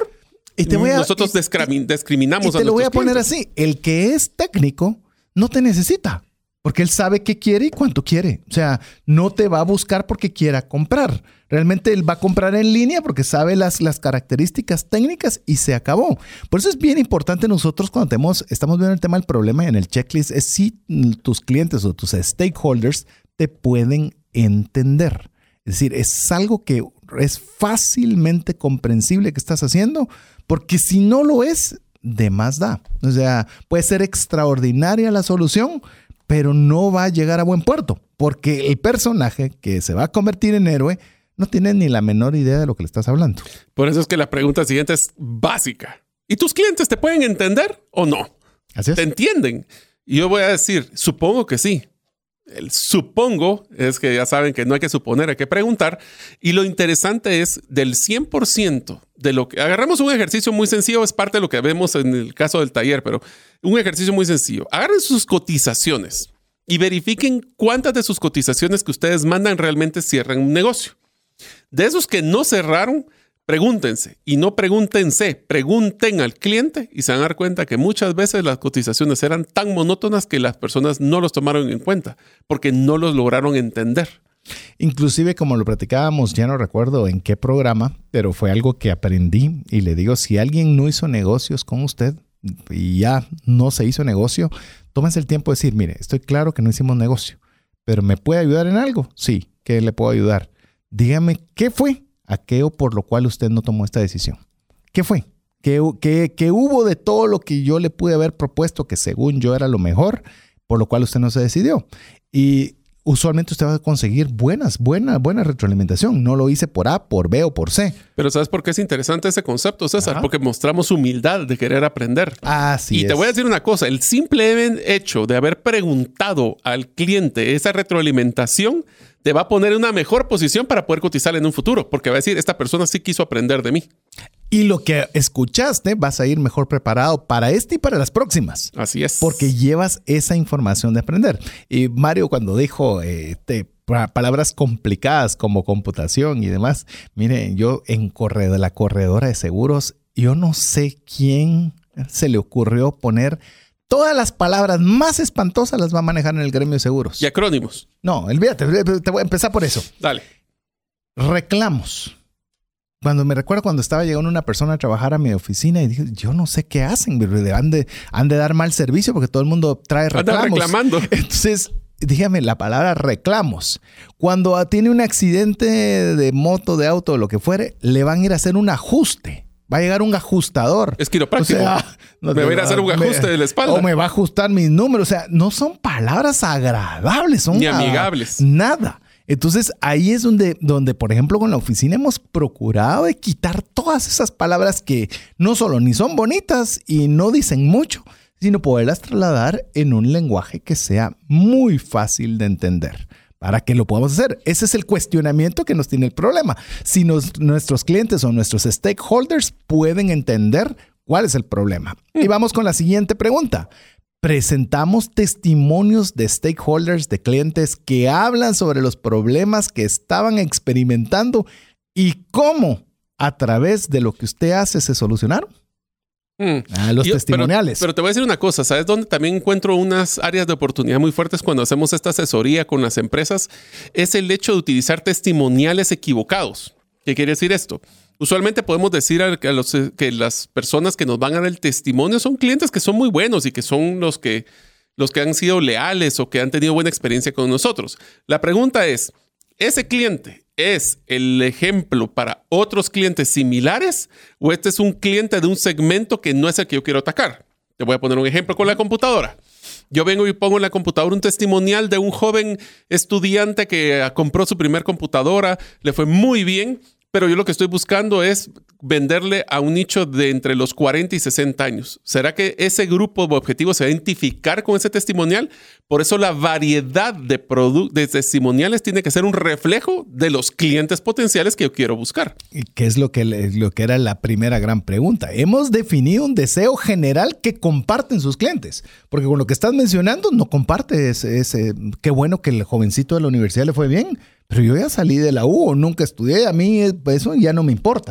nosotros discriminamos a nuestros clientes. Te lo voy a poner así. El que es técnico no te necesita. Porque él sabe qué quiere y cuánto quiere. O sea, no te va a buscar porque quiera comprar. Realmente él va a comprar en línea porque sabe las características técnicas y se acabó. Por eso es bien importante nosotros cuando estamos viendo el tema del problema en el checklist es si tus clientes o tus stakeholders te pueden entender. Es decir, es algo que es fácilmente comprensible que estás haciendo porque si no lo es, de más da. O sea, puede ser extraordinaria la solución, pero no va a llegar a buen puerto, porque el personaje que se va a convertir en héroe no tiene ni la menor idea de lo que le estás hablando. Por eso es que la pregunta siguiente es básica. ¿Y tus clientes te pueden entender o no? Así es. ¿Te entienden? Y yo voy a decir, supongo que sí. El supongo es que ya saben que no hay que suponer, hay que preguntar. Y lo interesante es del 100% de lo que... Agarramos un ejercicio muy sencillo, es parte de lo que vemos en el caso del taller, pero un ejercicio muy sencillo. Agarren sus cotizaciones y verifiquen cuántas de sus cotizaciones que ustedes mandan realmente cierran un negocio. De esos que no cerraron, pregúntense y no pregúntense, pregunten al cliente y se van a dar cuenta que muchas veces las cotizaciones eran tan monótonas que las personas no los tomaron en cuenta porque no los lograron entender. Inclusive, como lo platicábamos, ya no recuerdo en qué programa, pero fue algo que aprendí y le digo, si alguien no hizo negocios con usted y ya no se hizo negocio, tómense el tiempo de decir, mire, estoy claro que no hicimos negocio, pero ¿me puede ayudar en algo? Sí, ¿qué le puedo ayudar? Dígame, ¿qué fue aquello por lo cual usted no tomó esta decisión? ¿Qué fue? ¿Qué hubo de todo lo que yo le pude haber propuesto que según yo era lo mejor, por lo cual usted no se decidió? Y usualmente usted va a conseguir buena retroalimentación. No lo hice por A, por B o por C. Pero ¿sabes por qué es interesante ese concepto, César? Porque mostramos humildad de querer aprender. Así es. Y te voy a decir una cosa. El simple hecho de haber preguntado al cliente esa retroalimentación te va a poner en una mejor posición para poder cotizar en un futuro. Porque va a decir, esta persona sí quiso aprender de mí. Y lo que escuchaste, vas a ir mejor preparado para este y para las próximas. Así es. Porque llevas esa información de aprender. Y Mario, cuando dijo palabras complicadas como computación y demás, mire, yo en la corredora de seguros, yo no sé quién se le ocurrió poner todas las palabras más espantosas las va a manejar en el gremio de seguros. Y acrónimos. No, olvídate, te voy a empezar por eso. Dale. Reclamos. Me recuerdo cuando estaba llegando una persona a trabajar a mi oficina y dije, yo no sé qué hacen, han de dar mal servicio porque todo el mundo trae reclamos. Anda reclamando. Entonces, dígame la palabra reclamos. Cuando tiene un accidente de moto, de auto o lo que fuere, le van a ir a hacer un ajuste. Va a llegar un ajustador. Es quiropráctico. O sea, me va a ir a hacer un ajuste de la espalda. O me va a ajustar mis números. O sea, no son palabras agradables. Son ni amigables. Nada. Entonces, ahí es donde, por ejemplo, con la oficina hemos procurado de quitar todas esas palabras que no solo ni son bonitas y no dicen mucho, sino poderlas trasladar en un lenguaje que sea muy fácil de entender. Para que lo podamos hacer. Ese es el cuestionamiento que nos tiene el problema. Si nuestros clientes o nuestros stakeholders pueden entender cuál es el problema. Y vamos con la siguiente pregunta. Presentamos testimonios de stakeholders, de clientes que hablan sobre los problemas que estaban experimentando y cómo a través de lo que usted hace se solucionaron. Los testimoniales. Pero te voy a decir una cosa, ¿sabes dónde también encuentro unas áreas de oportunidad muy fuertes cuando hacemos esta asesoría con las empresas? Es el hecho de utilizar testimoniales equivocados. ¿Qué quiere decir esto? Usualmente podemos decir que las personas que nos van a dar el testimonio son clientes que son muy buenos y que son los que han sido leales o que han tenido buena experiencia con nosotros. La pregunta es, ¿ese cliente es el ejemplo para otros clientes similares o este es un cliente de un segmento que no es el que yo quiero atacar? Te voy a poner un ejemplo con la computadora. Yo vengo y pongo en la computadora un testimonial de un joven estudiante que compró su primer computadora, le fue muy bien, pero yo lo que estoy buscando es venderle a un nicho de entre los 40 y 60 años. ¿Será que ese grupo de objetivos se va a identificar con ese testimonial? Por eso la variedad de testimoniales tiene que ser un reflejo de los clientes potenciales que yo quiero buscar. ¿Y qué es lo que era la primera gran pregunta? Hemos definido un deseo general que comparten sus clientes. Porque con lo que estás mencionando no comparte qué bueno que el jovencito de la universidad le fue bien, pero yo ya salí de la U o nunca estudié, a mí eso ya no me importa.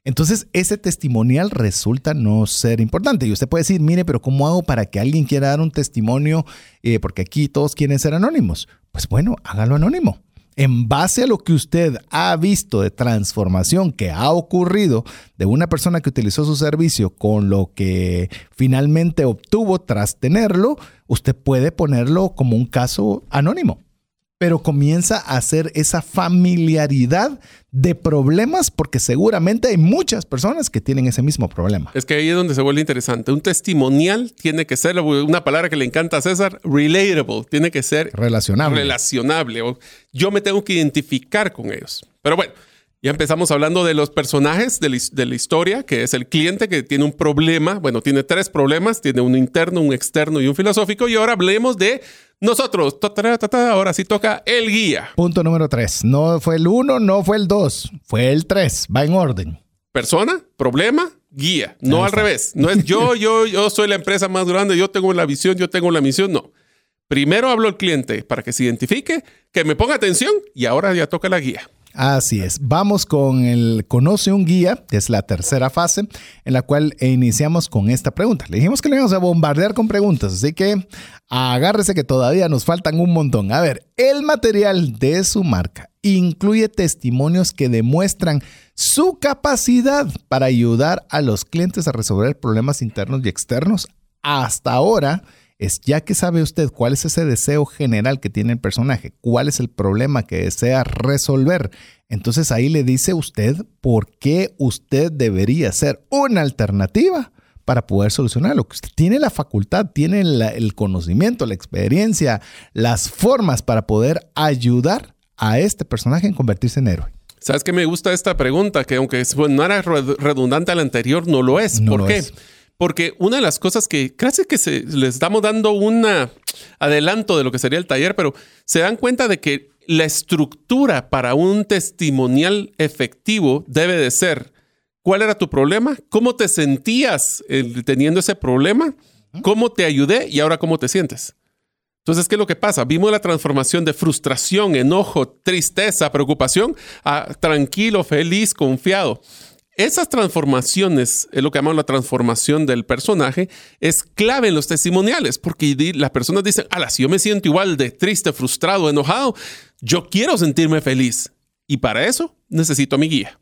Entonces, ese testimonial resulta no ser importante. Y usted puede decir, mire, pero ¿cómo hago para que alguien quiera dar un testimonio? Porque aquí todos quieren ser anónimos. Pues bueno, hágalo anónimo. En base a lo que usted ha visto de transformación que ha ocurrido de una persona que utilizó su servicio con lo que finalmente obtuvo tras tenerlo, usted puede ponerlo como un caso anónimo. Pero comienza a hacer esa familiaridad de problemas porque seguramente hay muchas personas que tienen ese mismo problema. Es que ahí es donde se vuelve interesante. Un testimonial tiene que ser, una palabra que le encanta a César, relatable. Tiene que ser relacionable. Yo me tengo que identificar con ellos. Pero bueno, ya empezamos hablando de los personajes de la historia, que es el cliente que tiene un problema. Bueno, tiene 3 problemas. Tiene un interno, un externo y un filosófico. Y ahora hablemos de nosotros. Ahora sí toca el guía. Punto número 3. No fue el 1, no fue el 2. Fue el 3. Va en orden. Persona, problema, guía. No al revés. No es yo soy la empresa más grande, yo tengo la visión, yo tengo la misión. No. Primero hablo al cliente para que se identifique, que me ponga atención y ahora ya toca la guía. Así es. Vamos con el Conoce un guía, que es la tercera fase, en la cual iniciamos con esta pregunta. Le dijimos que le íbamos a bombardear con preguntas, así que agárrese que todavía nos faltan un montón. A ver, el material de su marca incluye testimonios que demuestran su capacidad para ayudar a los clientes a resolver problemas internos y externos. Hasta ahora, ya que sabe usted cuál es ese deseo general que tiene el personaje, cuál es el problema que desea resolver, entonces ahí le dice usted por qué usted debería ser una alternativa para poder solucionarlo. Usted tiene la facultad, tiene el conocimiento, la experiencia, las formas para poder ayudar a este personaje en convertirse en héroe. ¿Sabes qué me gusta esta pregunta? Que aunque no era redundante a la anterior, no lo es. ¿Por qué? Porque una de las cosas que casi que les estamos dando un adelanto de lo que sería el taller, pero se dan cuenta de que la estructura para un testimonial efectivo debe de ser: ¿cuál era tu problema? ¿Cómo te sentías teniendo ese problema? ¿Cómo te ayudé? Y ahora, ¿cómo te sientes? Entonces, ¿qué es lo que pasa? Vimos la transformación de frustración, enojo, tristeza, preocupación a tranquilo, feliz, confiado. Esas transformaciones, es lo que llamamos la transformación del personaje, es clave en los testimoniales, porque las personas dicen, si yo me siento igual de triste, frustrado, enojado, yo quiero sentirme feliz. Y para eso necesito a mi guía.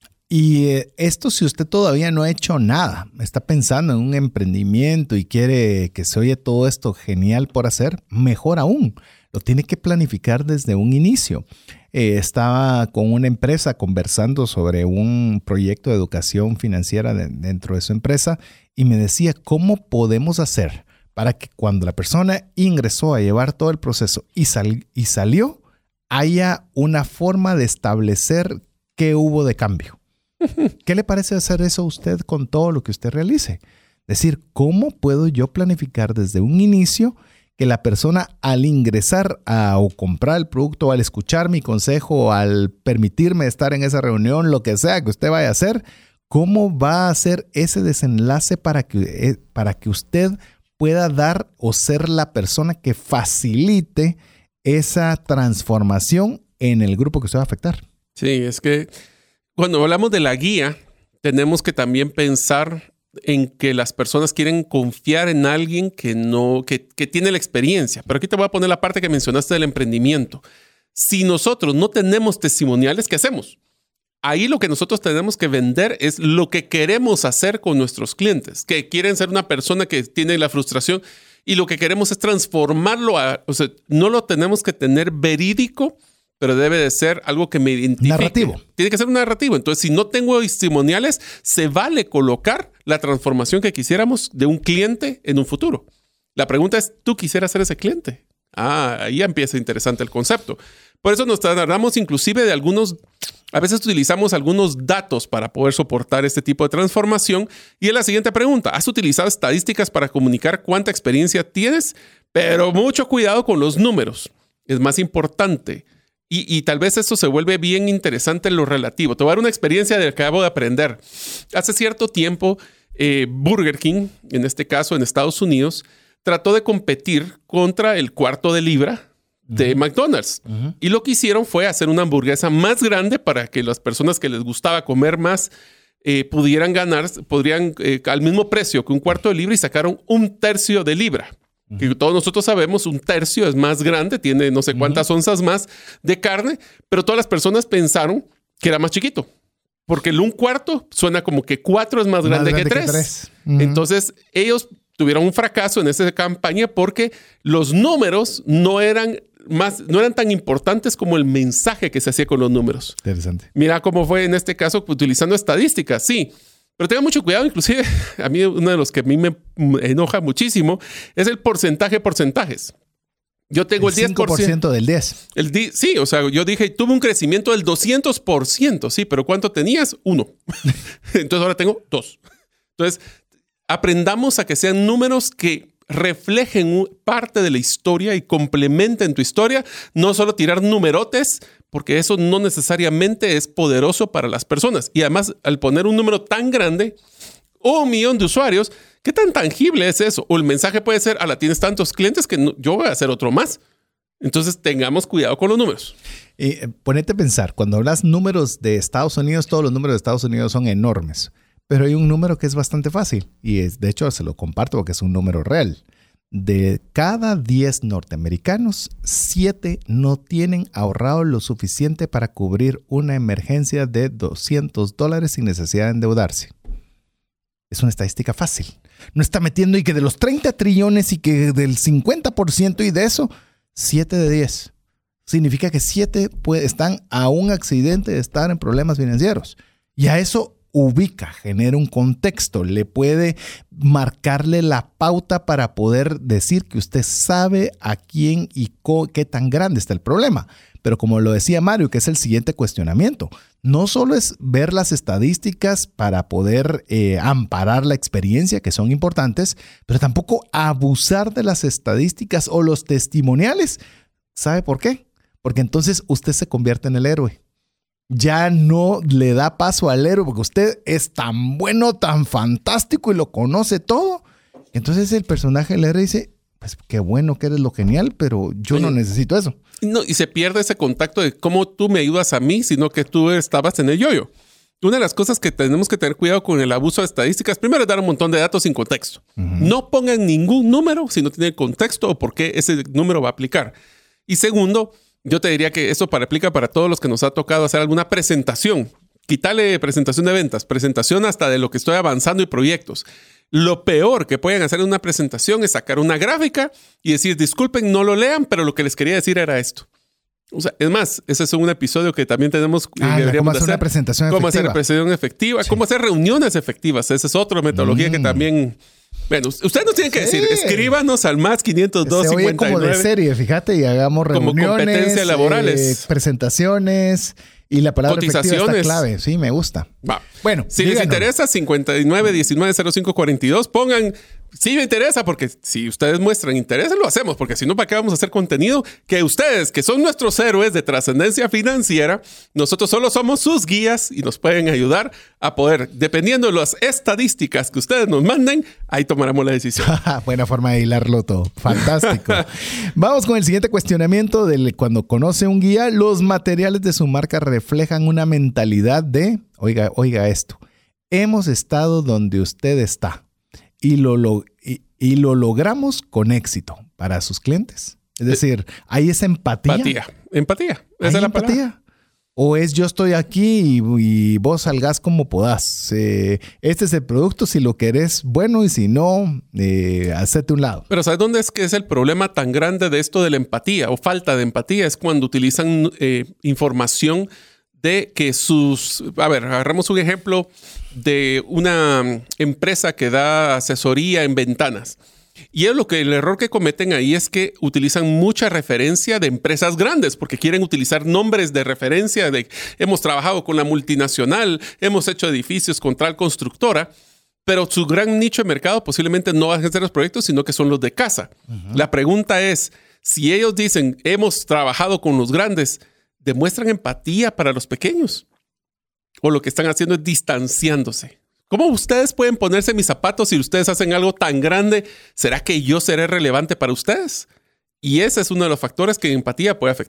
Y esto, si usted todavía no ha hecho nada, está pensando en un emprendimiento y quiere que se oye todo esto genial por hacer, mejor aún, lo tiene que planificar desde un inicio. Estaba con una empresa conversando sobre un proyecto de educación financiera dentro de su empresa y me decía, ¿cómo podemos hacer para que cuando la persona ingresó a llevar todo el proceso y salió, haya una forma de establecer qué hubo de cambio? ¿Qué le parece hacer eso a usted con todo lo que usted realice? Decir, ¿cómo puedo yo planificar desde un inicio que la persona al ingresar o comprar el producto, al escuchar mi consejo, al permitirme estar en esa reunión, lo que sea que usted vaya a hacer, cómo va a hacer ese desenlace para que usted pueda dar o ser la persona que facilite esa transformación en el grupo que usted va a afectar? Sí, es que cuando hablamos de la guía, tenemos que también pensar en que las personas quieren confiar en alguien que tiene la experiencia. Pero aquí te voy a poner la parte que mencionaste del emprendimiento. Si nosotros no tenemos testimoniales, ¿qué hacemos? Ahí lo que nosotros tenemos que vender es lo que queremos hacer con nuestros clientes, que quieren ser una persona que tiene la frustración y lo que queremos es transformarlo no lo tenemos que tener verídico, pero debe de ser algo que me identifique. Narrativo. Tiene que ser un narrativo. Entonces, si no tengo testimoniales, se vale colocar la transformación que quisiéramos de un cliente en un futuro. La pregunta es, ¿tú quisieras ser ese cliente? Ahí ya empieza interesante el concepto. Por eso nos tratamos inclusive de a veces utilizamos algunos datos para poder soportar este tipo de transformación. Y es la siguiente pregunta. ¿Has utilizado estadísticas para comunicar cuánta experiencia tienes? Pero mucho cuidado con los números. Es más importante. Y tal vez eso se vuelve bien interesante en lo relativo. Te voy a dar una experiencia de la que acabo de aprender. Hace cierto tiempo, Burger King, en este caso en Estados Unidos, trató de competir contra el cuarto de libra de McDonald's. Y lo que hicieron fue hacer una hamburguesa más grande para que las personas que les gustaba comer más podrían al mismo precio que un cuarto de libra y sacaron un tercio de libra. Que todos nosotros sabemos, un tercio es más grande, tiene no sé cuántas onzas más de carne, pero todas las personas pensaron que era más chiquito. Porque el un cuarto suena como que 4 es más grande que 3. Entonces, ellos tuvieron un fracaso en esa campaña porque los números no eran tan importantes como el mensaje que se hacía con los números. Interesante. Mira cómo fue en este caso utilizando estadísticas, sí. Pero tengan mucho cuidado, inclusive a mí uno de los que a mí me enoja muchísimo es el porcentajes. Yo tengo el 10%. 5% del 10. Sí, o sea, yo dije, tuve un crecimiento del 200%, sí, pero ¿cuánto tenías? 1. Entonces ahora tengo 2. Entonces, aprendamos a que sean números que reflejen parte de la historia y complementen tu historia, no solo tirar numerotes, porque eso no necesariamente es poderoso para las personas. Y además, al poner un número tan grande, 1 millón de usuarios, ¿qué tan tangible es eso? O el mensaje puede ser, tienes tantos clientes que yo voy a hacer otro más. Entonces, tengamos cuidado con los números. Ponete a pensar, cuando hablas números de Estados Unidos, todos los números de Estados Unidos son enormes. Pero hay un número que es bastante fácil. Y de hecho, se lo comparto porque es un número real. De cada 10 norteamericanos, 7 no tienen ahorrado lo suficiente para cubrir una emergencia de $200 sin necesidad de endeudarse. Es una estadística fácil. No está metiendo y que de los 30 trillones y que del 50% y de eso, 7 de 10. Significa que 7 están a un accidente de estar en problemas financieros. Y a eso ubica, genera un contexto, le puede marcarle la pauta para poder decir que usted sabe a quién y qué tan grande está el problema. Pero como lo decía Mario, que es el siguiente cuestionamiento, no solo es ver las estadísticas para poder amparar la experiencia, que son importantes, pero tampoco abusar de las estadísticas o los testimoniales. ¿Sabe por qué? Porque entonces usted se convierte en el héroe. Ya no le da paso al héroe porque usted es tan bueno, tan fantástico y lo conoce todo. Entonces el personaje del héroe dice, pues qué bueno que eres lo genial, pero yo no necesito eso. No, y se pierde ese contacto de cómo tú me ayudas a mí, sino que tú estabas en el yo-yo. Una de las cosas que tenemos que tener cuidado con el abuso de estadísticas, primero es dar un montón de datos sin contexto. No pongan ningún número si no tiene contexto o por qué ese número va a aplicar. Y segundo, yo te diría que eso aplica para todos los que nos ha tocado hacer alguna presentación. Quítale presentación de ventas, presentación hasta de lo que estoy avanzando y proyectos. Lo peor que pueden hacer en una presentación es sacar una gráfica y decir, disculpen, no lo lean, pero lo que les quería decir era esto. O sea, es más, ese es un episodio que también tenemos. ¿Cómo hacer una presentación efectiva? Cómo hacer presentación efectiva, sí. Cómo hacer reuniones efectivas. Esa es otra metodología que también... Bueno, ustedes nos tienen que decir, escríbanos al más 502 se 59. Como de serie, fíjate, y hagamos reuniones. Como competencias laborales. Presentaciones y la palabra cotizaciones. Efectiva está clave. Sí, me gusta. Va. Bueno, si les interesa, 59 19 05 42, pongan... Sí me interesa, porque si ustedes muestran interés, lo hacemos, porque si no, ¿para qué vamos a hacer contenido? Que ustedes, que son nuestros héroes de trascendencia financiera, nosotros solo somos sus guías y nos pueden ayudar a poder, dependiendo de las estadísticas que ustedes nos manden, ahí tomaremos la decisión. Buena forma de hilarlo todo. Fantástico. Vamos con el siguiente cuestionamiento de cuando conoce un guía, los materiales de su marca reflejan una mentalidad de, oiga esto, hemos estado donde usted está. Y lo logramos con éxito para sus clientes. Es decir, hay esa empatía. Empatía. Esa es la palabra. O es yo estoy aquí y vos salgás como podás. Este es el producto, si lo querés, bueno, y si no, hacete un lado. Pero ¿sabes dónde es que es el problema tan grande de esto de la empatía o falta de empatía? Es cuando utilizan información de que agarramos un ejemplo de una empresa que da asesoría en ventanas. Y el error que cometen ahí es que utilizan mucha referencia de empresas grandes porque quieren utilizar nombres de referencia de hemos trabajado con la multinacional, hemos hecho edificios con tal constructora, pero su gran nicho de mercado posiblemente no van a ser los proyectos, sino que son los de casa. La pregunta es, si ellos dicen hemos trabajado con los grandes, ¿demuestran empatía para los pequeños? ¿O lo que están haciendo es distanciándose? ¿Cómo ustedes pueden ponerse en mis zapatos si ustedes hacen algo tan grande? ¿Será que yo seré relevante para ustedes? Y ese es uno de los factores que empatía puede afectar.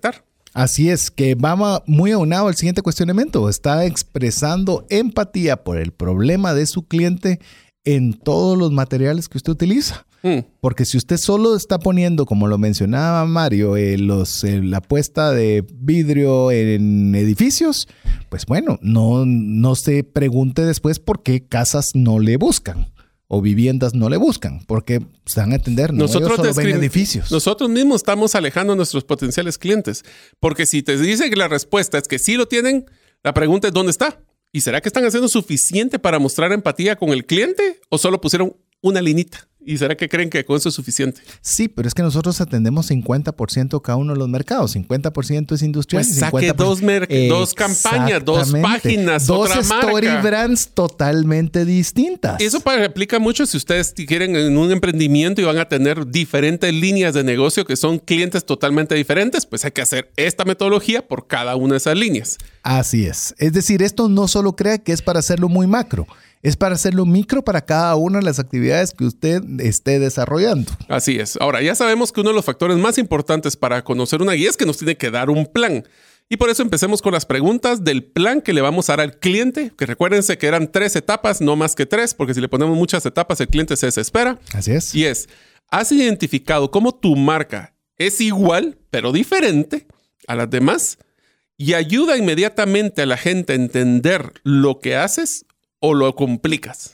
Así es, que va muy aunado al siguiente cuestionamiento. Está expresando empatía por el problema de su cliente en todos los materiales que usted utiliza. Porque si usted solo está poniendo, como lo mencionaba Mario, la puesta de vidrio en edificios, pues bueno, no se pregunte después por qué casas no le buscan o viviendas no le buscan, porque se van a entender, ¿no? Ellos solo ven edificios. Nosotros mismos estamos alejando a nuestros potenciales clientes, porque si te dicen que la respuesta es que sí lo tienen, la pregunta es ¿dónde está? ¿Y será que están haciendo suficiente para mostrar empatía con el cliente o solo pusieron una linita? ¿Y será que creen que con eso es suficiente? Sí, pero es que nosotros atendemos 50% cada uno de los mercados. 50% es industrial. Pues saque dos campañas, dos páginas, dos otra marca. Story brands totalmente distintas. Eso aplica mucho si ustedes quieren en un emprendimiento y van a tener diferentes líneas de negocio que son clientes totalmente diferentes, pues hay que hacer esta metodología por cada una de esas líneas. Así es. Es decir, esto no solo crea que es para hacerlo muy macro. Es para hacerlo micro para cada una de las actividades que usted esté desarrollando. Así es. Ahora, ya sabemos que uno de los factores más importantes para conocer una guía es que nos tiene que dar un plan. Y por eso empecemos con las preguntas del plan que le vamos a dar al cliente, que recuérdense que eran 3 etapas, no más que 3, porque si le ponemos muchas etapas, el cliente se desespera. Así es. Y ¿has identificado cómo tu marca es igual, pero diferente a las demás? Y ayuda inmediatamente a la gente a entender lo que haces o lo complicas.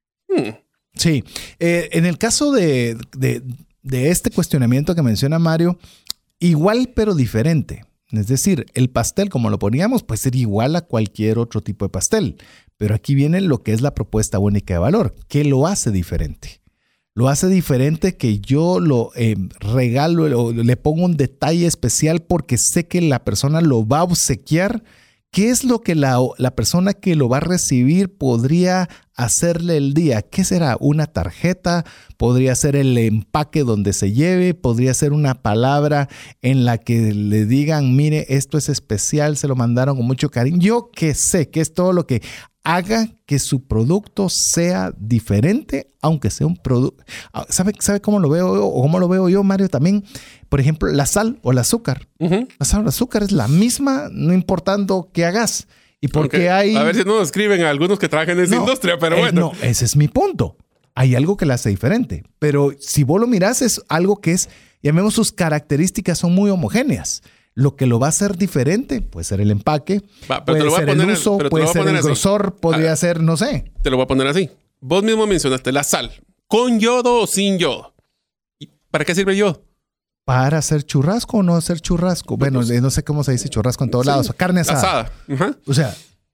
Sí. En el caso de este cuestionamiento que menciona Mario, igual pero diferente. Es decir, el pastel, como lo poníamos, puede ser igual a cualquier otro tipo de pastel. Pero aquí viene lo que es la propuesta única de valor. ¿Qué lo hace diferente? Lo hace diferente que yo lo regalo, le pongo un detalle especial porque sé que la persona lo va a obsequiar. ¿Qué es lo que la persona que lo va a recibir podría hacerle el día? ¿Qué será? ¿Una tarjeta? ¿Podría ser el empaque donde se lleve? ¿Podría ser una palabra en la que le digan, mire, esto es especial, se lo mandaron con mucho cariño? Yo que sé que es todo lo que haga que su producto sea diferente, aunque sea un producto. ¿Sabe cómo lo veo o cómo lo veo yo, Mario? También, por ejemplo, la sal o el azúcar. La sal o el azúcar es la misma, no importando qué hagas. Y porque hay... A ver si no nos escriben a algunos que trabajan en esa industria, pero bueno. No, ese es mi punto. Hay algo que la hace diferente. Pero si vos lo mirás, es algo que es, llamemos, sus características son muy homogéneas. Lo que lo va a hacer diferente puede ser el empaque, puede ser el uso, puede ser el grosor, podría ser, no sé. Te lo voy a poner así. Vos mismo mencionaste la sal. ¿Con yodo o sin yodo? ¿Para qué sirve el yodo? ¿Para hacer churrasco o no hacer churrasco? Bueno, no sé cómo se dice churrasco en todos lados. Carne asada. O sea...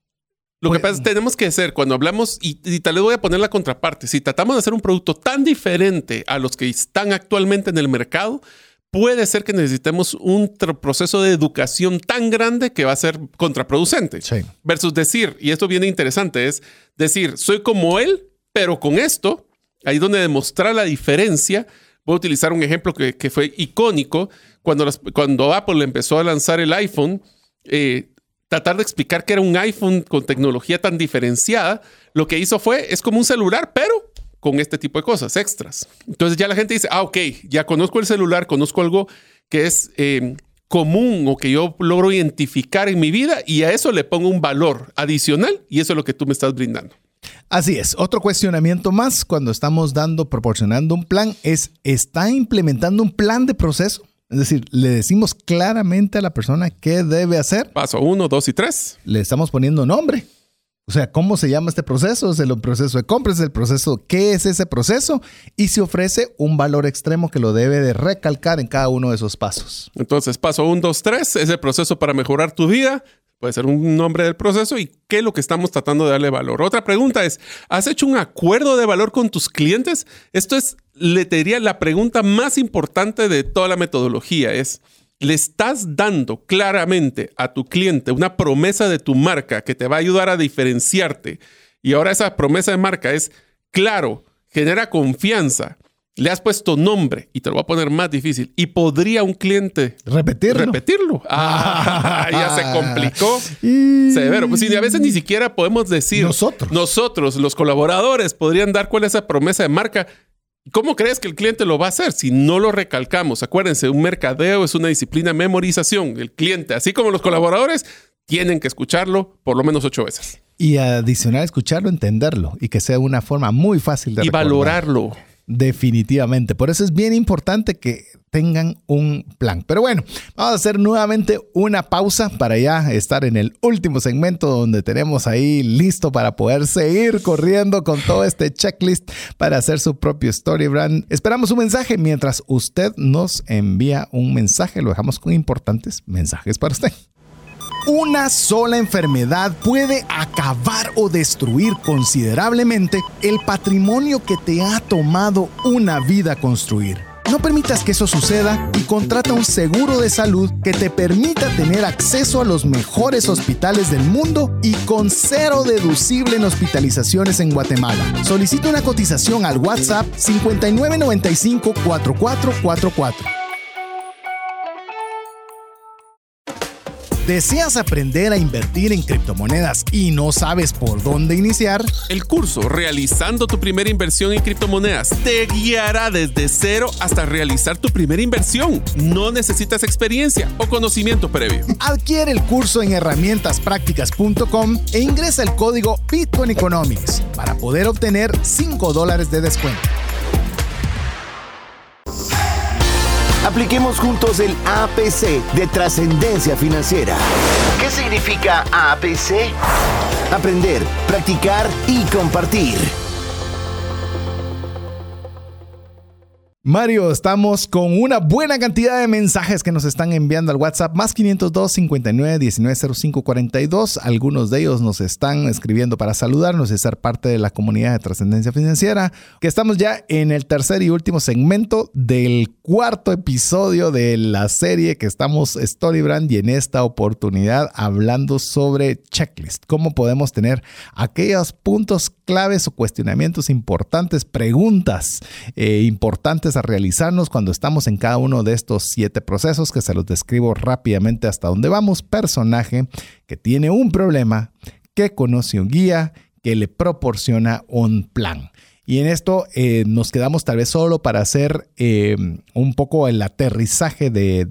Lo que pasa es que tenemos que hacer cuando hablamos, y tal vez voy a poner la contraparte, si tratamos de hacer un producto tan diferente a los que están actualmente en el mercado, puede ser que necesitemos un proceso de educación tan grande que va a ser contraproducente. Sí. Versus decir, y esto viene interesante, es decir, soy como él, pero con esto, ahí donde demostrar la diferencia. Voy a utilizar un ejemplo que fue icónico. Cuando Apple empezó a lanzar el iPhone, tratar de explicar que era un iPhone con tecnología tan diferenciada, lo que hizo es como un celular, pero con este tipo de cosas extras. Entonces ya la gente dice, ok, ya conozco el celular, conozco algo que es común o que yo logro identificar en mi vida y a eso le pongo un valor adicional y eso es lo que tú me estás brindando. Así es. Otro cuestionamiento más cuando estamos proporcionando un plan es, ¿está implementando un plan de proceso? Es decir, le decimos claramente a la persona qué debe hacer. Paso 1, 2 y 3. Le estamos poniendo nombre. O sea, ¿cómo se llama este proceso? ¿Es el proceso de compras? ¿Es el proceso? ¿Qué es ese proceso? Y se ofrece un valor extremo que lo debe de recalcar en cada uno de esos pasos. Entonces, paso 1, 2, 3 es el proceso para mejorar tu vida. Puede ser un nombre del proceso y qué es lo que estamos tratando de darle valor. Otra pregunta es, ¿has hecho un acuerdo de valor con tus clientes? Esto es, le diría, la pregunta más importante de toda la metodología. Es, ¿le estás dando claramente a tu cliente una promesa de tu marca que te va a ayudar a diferenciarte? Y ahora esa promesa de marca es claro, genera confianza. Le has puesto nombre y te lo voy a poner más difícil. ¿Y podría un cliente repetirlo? Ya se complicó. Severo. Pues si a veces ni siquiera podemos decir... Nosotros, los colaboradores, podrían dar cuál es esa promesa de marca ¿Cómo crees que el cliente lo va a hacer si no lo recalcamos? Acuérdense, un mercadeo es una disciplina de memorización. El cliente, así como los colaboradores, tienen que escucharlo por lo menos 8 veces. Y adicional a escucharlo, entenderlo y que sea una forma muy fácil de recordar. Valorarlo. Definitivamente. Por eso es bien importante que tengan un plan. Pero bueno, vamos a hacer nuevamente una pausa para ya estar en el último segmento donde tenemos ahí listo para poder seguir corriendo con todo este checklist para hacer su propio story brand. Esperamos un mensaje mientras usted nos envía un mensaje. Lo dejamos con importantes mensajes para usted. Una sola enfermedad puede acabar o destruir considerablemente el patrimonio que te ha tomado una vida construir. No permitas que eso suceda y contrata un seguro de salud que te permita tener acceso a los mejores hospitales del mundo y con 0 deducible en hospitalizaciones en Guatemala. Solicita una cotización al WhatsApp 5995-4444. ¿Deseas aprender a invertir en criptomonedas y no sabes por dónde iniciar? El curso Realizando tu primera inversión en criptomonedas te guiará desde cero hasta realizar tu primera inversión. No necesitas experiencia o conocimiento previo. Adquiere el curso en herramientaspracticas.com e ingresa el código Bitcoin Economics para poder obtener $5 de descuento. Apliquemos juntos el APC de trascendencia financiera. ¿Qué significa APC? Aprender, practicar y compartir. Mario, estamos con una buena cantidad de mensajes que nos están enviando al WhatsApp más 502 59 19 05 42. Algunos de ellos nos están escribiendo para saludarnos y ser parte de la comunidad de Trascendencia Financiera, que estamos ya en el tercer y último segmento del 4º episodio de la serie que estamos Storybrand, y en esta oportunidad hablando sobre checklist, cómo podemos tener aquellos puntos claves o cuestionamientos importantes, preguntas importantes a realizarnos cuando estamos en cada uno de estos 7 procesos, que se los describo rápidamente hasta dónde vamos. Personaje que tiene un problema, que conoce un guía, que le proporciona un plan. Y en esto nos quedamos tal vez solo para hacer un poco el aterrizaje de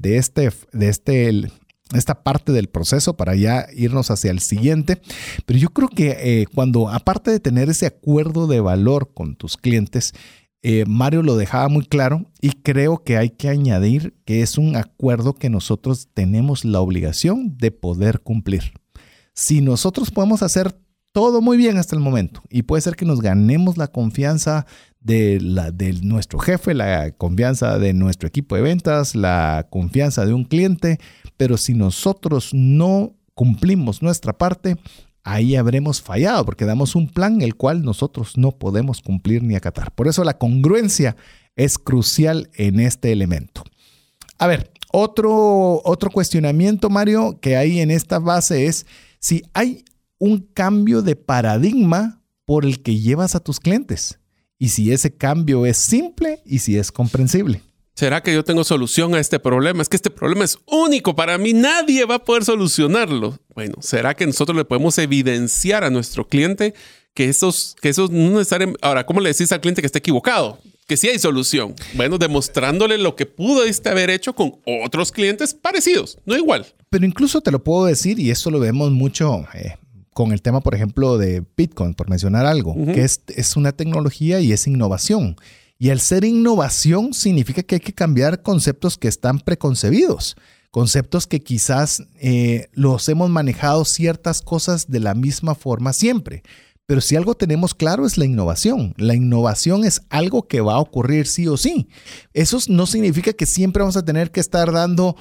esta parte del proceso para ya irnos hacia el siguiente. Pero yo creo que cuando, aparte de tener ese acuerdo de valor con tus clientes, Mario lo dejaba muy claro, y creo que hay que añadir que es un acuerdo que nosotros tenemos la obligación de poder cumplir. Si nosotros podemos hacer todo muy bien hasta el momento, y puede ser que nos ganemos la confianza de nuestro jefe, la confianza de nuestro equipo de ventas, la confianza de un cliente, pero si nosotros no cumplimos nuestra parte, ahí habremos fallado, porque damos un plan el cual nosotros no podemos cumplir ni acatar. Por eso la congruencia es crucial en este elemento. A ver, otro cuestionamiento, Mario, que hay en esta base es si hay un cambio de paradigma por el que llevas a tus clientes, y si ese cambio es simple y si es comprensible. ¿Será que yo tengo solución a este problema? Es que este problema es único para mí. Nadie va a poder solucionarlo. Bueno, ¿será que nosotros le podemos evidenciar a nuestro cliente que esos no necesariamente... Ahora, ¿cómo le decís al cliente que está equivocado? Que sí hay solución. Bueno, demostrándole lo que pudiste haber hecho con otros clientes parecidos, no igual. Pero incluso te lo puedo decir, y esto lo vemos mucho con el tema, por ejemplo, de Bitcoin, por mencionar algo, que es una tecnología y es innovación. Y al ser innovación significa que hay que cambiar conceptos que están preconcebidos, conceptos que quizás los hemos manejado ciertas cosas de la misma forma siempre. Pero si algo tenemos claro es la innovación. La innovación es algo que va a ocurrir sí o sí. Eso no significa que siempre vamos a tener que estar dando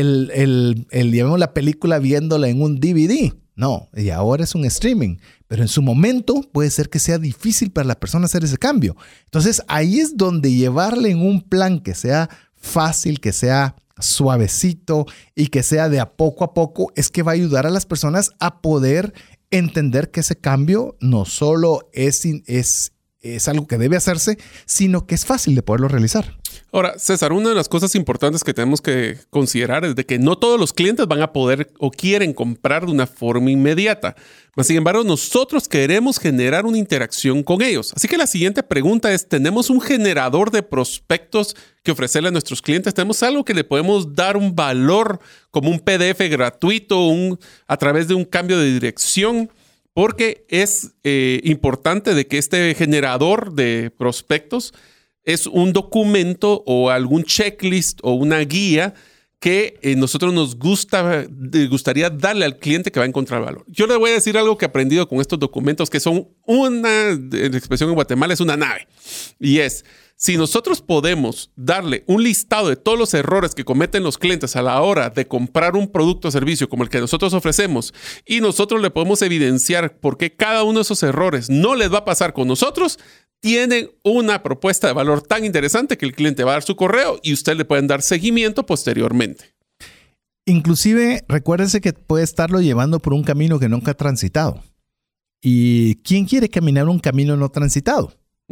digamos, la película viéndola en un DVD. No, y ahora es un streaming, pero en su momento puede ser que sea difícil para la persona hacer ese cambio. Entonces ahí es donde llevarle en un plan que sea fácil, que sea suavecito y que sea de a poco es que va a ayudar a las personas a poder entender que ese cambio no solo es es algo que debe hacerse, sino que es fácil de poderlo realizar. Ahora, César, una de las cosas importantes que tenemos que considerar es de que no todos los clientes van a poder o quieren comprar de una forma inmediata. Mas, sin embargo, nosotros queremos generar una interacción con ellos. Así que la siguiente pregunta es, ¿tenemos un generador de prospectos que ofrecerle a nuestros clientes? ¿Tenemos algo que le podemos dar un valor como un PDF gratuito a través de un cambio de dirección? Porque es importante de que este generador de prospectos es un documento o algún checklist o una guía que nosotros nos gustaría darle al cliente que va a encontrar valor. Yo le voy a decir algo que he aprendido con estos documentos que son la expresión en Guatemala es una nave. Y es, si nosotros podemos darle un listado de todos los errores que cometen los clientes a la hora de comprar un producto o servicio como el que nosotros ofrecemos y nosotros le podemos evidenciar por qué cada uno de esos errores no les va a pasar con nosotros, tienen una propuesta de valor tan interesante que el cliente va a dar su correo y usted le pueden dar seguimiento posteriormente. Inclusive, recuérdense que puede estarlo llevando por un camino que nunca ha transitado. ¿Y quién quiere caminar un camino no transitado?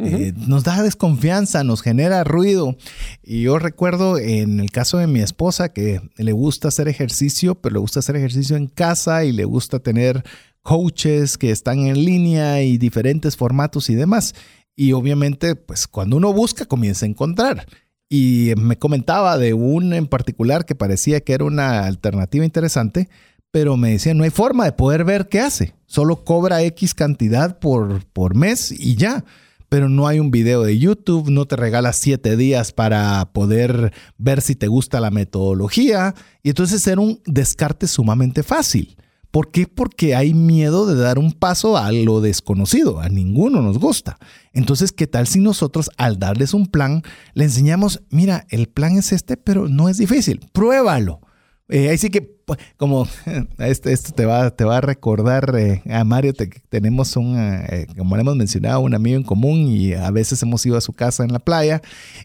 Nos da desconfianza, nos genera ruido. Y yo recuerdo en el caso de mi esposa que le gusta hacer ejercicio, pero le gusta hacer ejercicio en casa y le gusta tener coaches que están en línea y diferentes formatos y demás. Y obviamente, pues cuando uno busca, comienza a encontrar. Y me comentaba de un en particular que parecía que era una alternativa interesante, pero me decía, no hay forma de poder ver qué hace. Solo cobra X cantidad por mes y ya. Pero no hay un video de YouTube, no te regala 7 días para poder ver si te gusta la metodología. Y entonces era un descarte sumamente fácil. ¿Por qué? Porque hay miedo de dar un paso a lo desconocido. A ninguno nos gusta. Entonces, ¿qué tal si nosotros al darles un plan le enseñamos, mira, el plan es este, pero no es difícil, pruébalo? Ahí sí que, como esto te va a recordar a Mario, tenemos como le hemos mencionado, un amigo en común y a veces hemos ido a su casa en la playa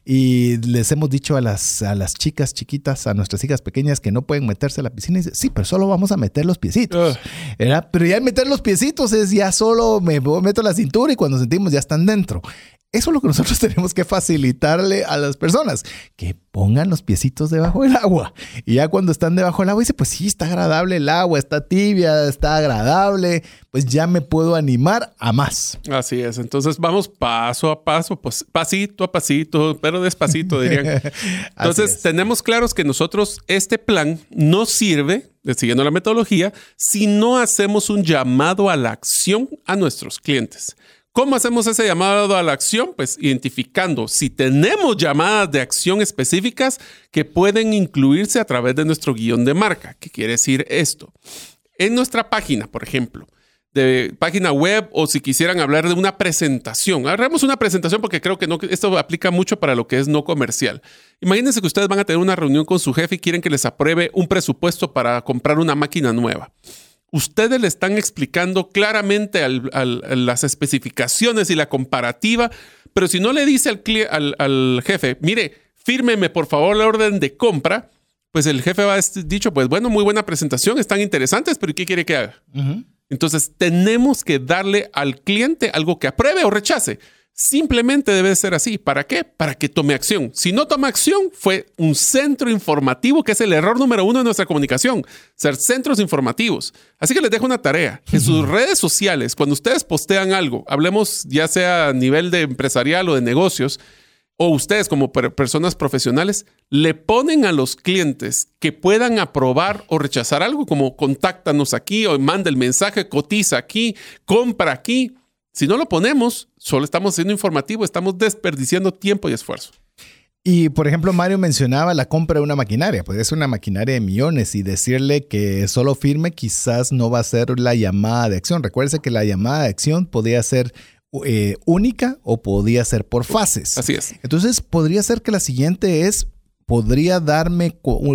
y les hemos dicho a las chicas chiquitas, a nuestras hijas pequeñas que no pueden meterse a la piscina y dicen, sí, pero solo vamos a meter los piecitos. Pero ya meter los piecitos es ya solo me meto la cintura y cuando sentimos ya están dentro. Eso es lo que nosotros tenemos que facilitarle a las personas, que pongan los piecitos debajo del agua. Y ya cuando están debajo del agua, dice, pues sí, está agradable el agua, está tibia, está agradable, pues ya me puedo animar a más. Así es. Entonces vamos paso a paso, pues pasito a pasito, pero despacito, dirían. Entonces tenemos claros que nosotros este plan no sirve, siguiendo la metodología, si no hacemos un llamado a la acción a nuestros clientes. ¿Cómo hacemos ese llamado a la acción? Pues identificando si tenemos llamadas de acción específicas que pueden incluirse a través de nuestro guión de marca. ¿Qué quiere decir esto? En nuestra página, por ejemplo, de página web o si quisieran hablar de una presentación. Agarremos una presentación porque creo que esto aplica mucho para lo que es no comercial. Imagínense que ustedes van a tener una reunión con su jefe y quieren que les apruebe un presupuesto para comprar una máquina nueva. Ustedes le están explicando claramente las especificaciones y la comparativa, pero si no le dice al jefe, mire, fírmeme por favor la orden de compra, pues el jefe va a decir, dicho, pues bueno, muy buena presentación, están interesantes, pero ¿qué quiere que haga? Entonces tenemos que darle al cliente algo que apruebe o rechace. Simplemente debe ser así. ¿Para qué? Para que tome acción. Si no toma acción, fue un centro informativo, que es el error número 1 de nuestra comunicación, ser centros informativos. Así que les dejo una tarea. En sus redes sociales, cuando ustedes postean algo, hablemos ya sea a nivel de empresarial o de negocios, o ustedes como personas profesionales, le ponen a los clientes que puedan aprobar o rechazar algo, como contáctanos aquí o manda el mensaje, cotiza aquí, compra aquí. Si no lo ponemos, solo estamos siendo informativos, estamos desperdiciando tiempo y esfuerzo. Y, por ejemplo, Mario mencionaba la compra de una maquinaria. Pues es una maquinaria de millones y decirle que solo firme quizás no va a ser la llamada de acción. Recuerde que la llamada de acción podía ser única o podía ser por fases. Así es. Entonces, podría ser que la siguiente podría darme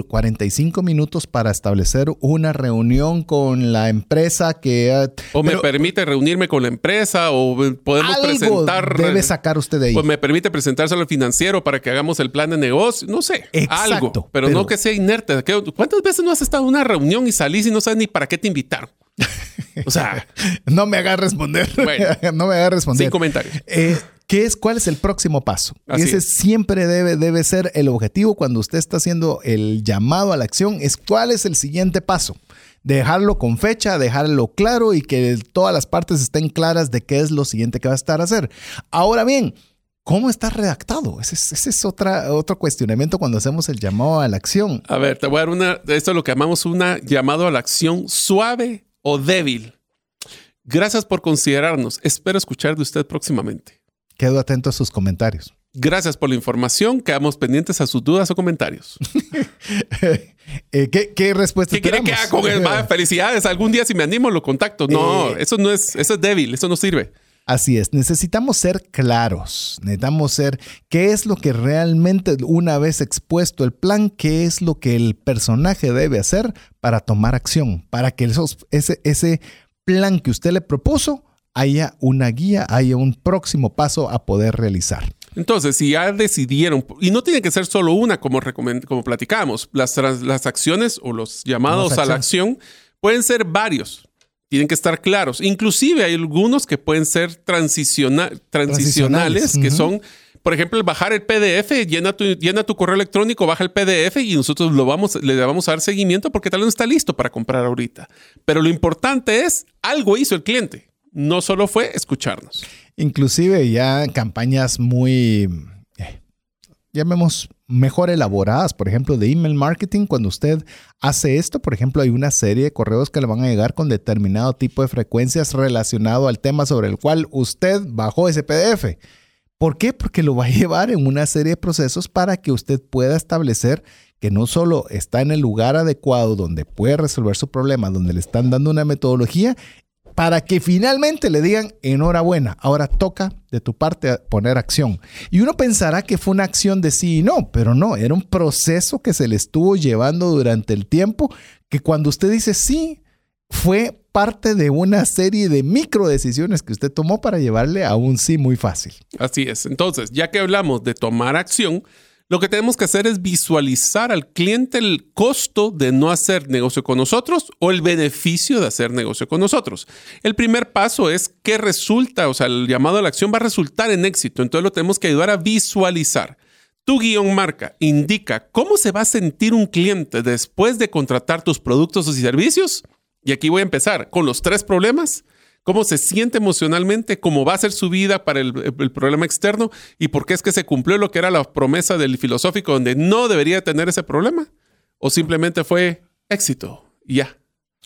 45 minutos para establecer una reunión con la empresa que... me permite reunirme con la empresa o podemos presentar... debe sacar usted de ahí. Pues me permite presentárselo al financiero para que hagamos el plan de negocio. No sé, exacto, algo. Pero no que sea inerte. ¿Cuántas veces no has estado en una reunión y salís y no sabes ni para qué te invitaron? O sea... No me haga responder. Bueno, no me haga responder. Sin comentarios. ¿Cuál es el próximo paso? Así Ese es. siempre debe ser el objetivo cuando usted está haciendo el llamado a la acción. ¿Cuál es el siguiente paso? Dejarlo con fecha, dejarlo claro y que todas las partes estén claras de qué es lo siguiente que va a estar a hacer. Ahora bien, ¿cómo está redactado? Ese es otro cuestionamiento cuando hacemos el llamado a la acción. A ver, te voy a dar esto es lo que llamamos una llamado a la acción suave o débil. Gracias por considerarnos. Espero escuchar de usted próximamente. Quedo atento a sus comentarios. Gracias por la información. Quedamos pendientes a sus dudas o comentarios. ¿Qué respuesta ¿Qué quiere que haga con él? Felicidades. Algún día si me animo lo contacto. No, eso es débil. Eso no sirve. Así es. Necesitamos ser claros. Necesitamos ser qué es lo que realmente, una vez expuesto el plan, qué es lo que el personaje debe hacer para tomar acción, para que ese plan que usted le propuso haya una guía, haya un próximo paso a poder realizar. Entonces, si ya decidieron, y no tiene que ser solo una, como platicábamos, las acciones o los llamados a la acción pueden ser varios. Tienen que estar claros. Inclusive hay algunos que pueden ser transicionales, que son, por ejemplo, el bajar el PDF, llena tu correo electrónico, baja el PDF y nosotros le vamos a dar seguimiento porque tal vez no está listo para comprar ahorita. Pero lo importante es, algo hizo el cliente. No solo fue escucharnos. Inclusive ya campañas muy, llamemos, mejor elaboradas, por ejemplo, de email marketing. Cuando usted hace esto, por ejemplo, hay una serie de correos que le van a llegar con determinado tipo de frecuencias relacionado al tema sobre el cual usted bajó ese PDF. ¿Por qué? Porque lo va a llevar en una serie de procesos para que usted pueda establecer que no solo está en el lugar adecuado donde puede resolver su problema, donde le están dando una metodología, para que finalmente le digan enhorabuena, ahora toca de tu parte poner acción. Y uno pensará que fue una acción de sí y no, pero no, era un proceso que se le estuvo llevando durante el tiempo, que cuando usted dice sí, fue parte de una serie de micro decisiones que usted tomó para llevarle a un sí muy fácil. Así es. Entonces, ya que hablamos de tomar acción, lo que tenemos que hacer es visualizar al cliente el costo de no hacer negocio con nosotros o el beneficio de hacer negocio con nosotros. El primer paso es qué resulta, o sea, el llamado a la acción va a resultar en éxito. Entonces lo tenemos que ayudar a visualizar. Tu guión marca indica cómo se va a sentir un cliente después de contratar tus productos y servicios. Y aquí voy a empezar con los 3 problemas. Cómo se siente emocionalmente, cómo va a ser su vida para el problema externo y por qué es que se cumplió lo que era la promesa del filosófico donde no debería tener ese problema o simplemente fue éxito y ya.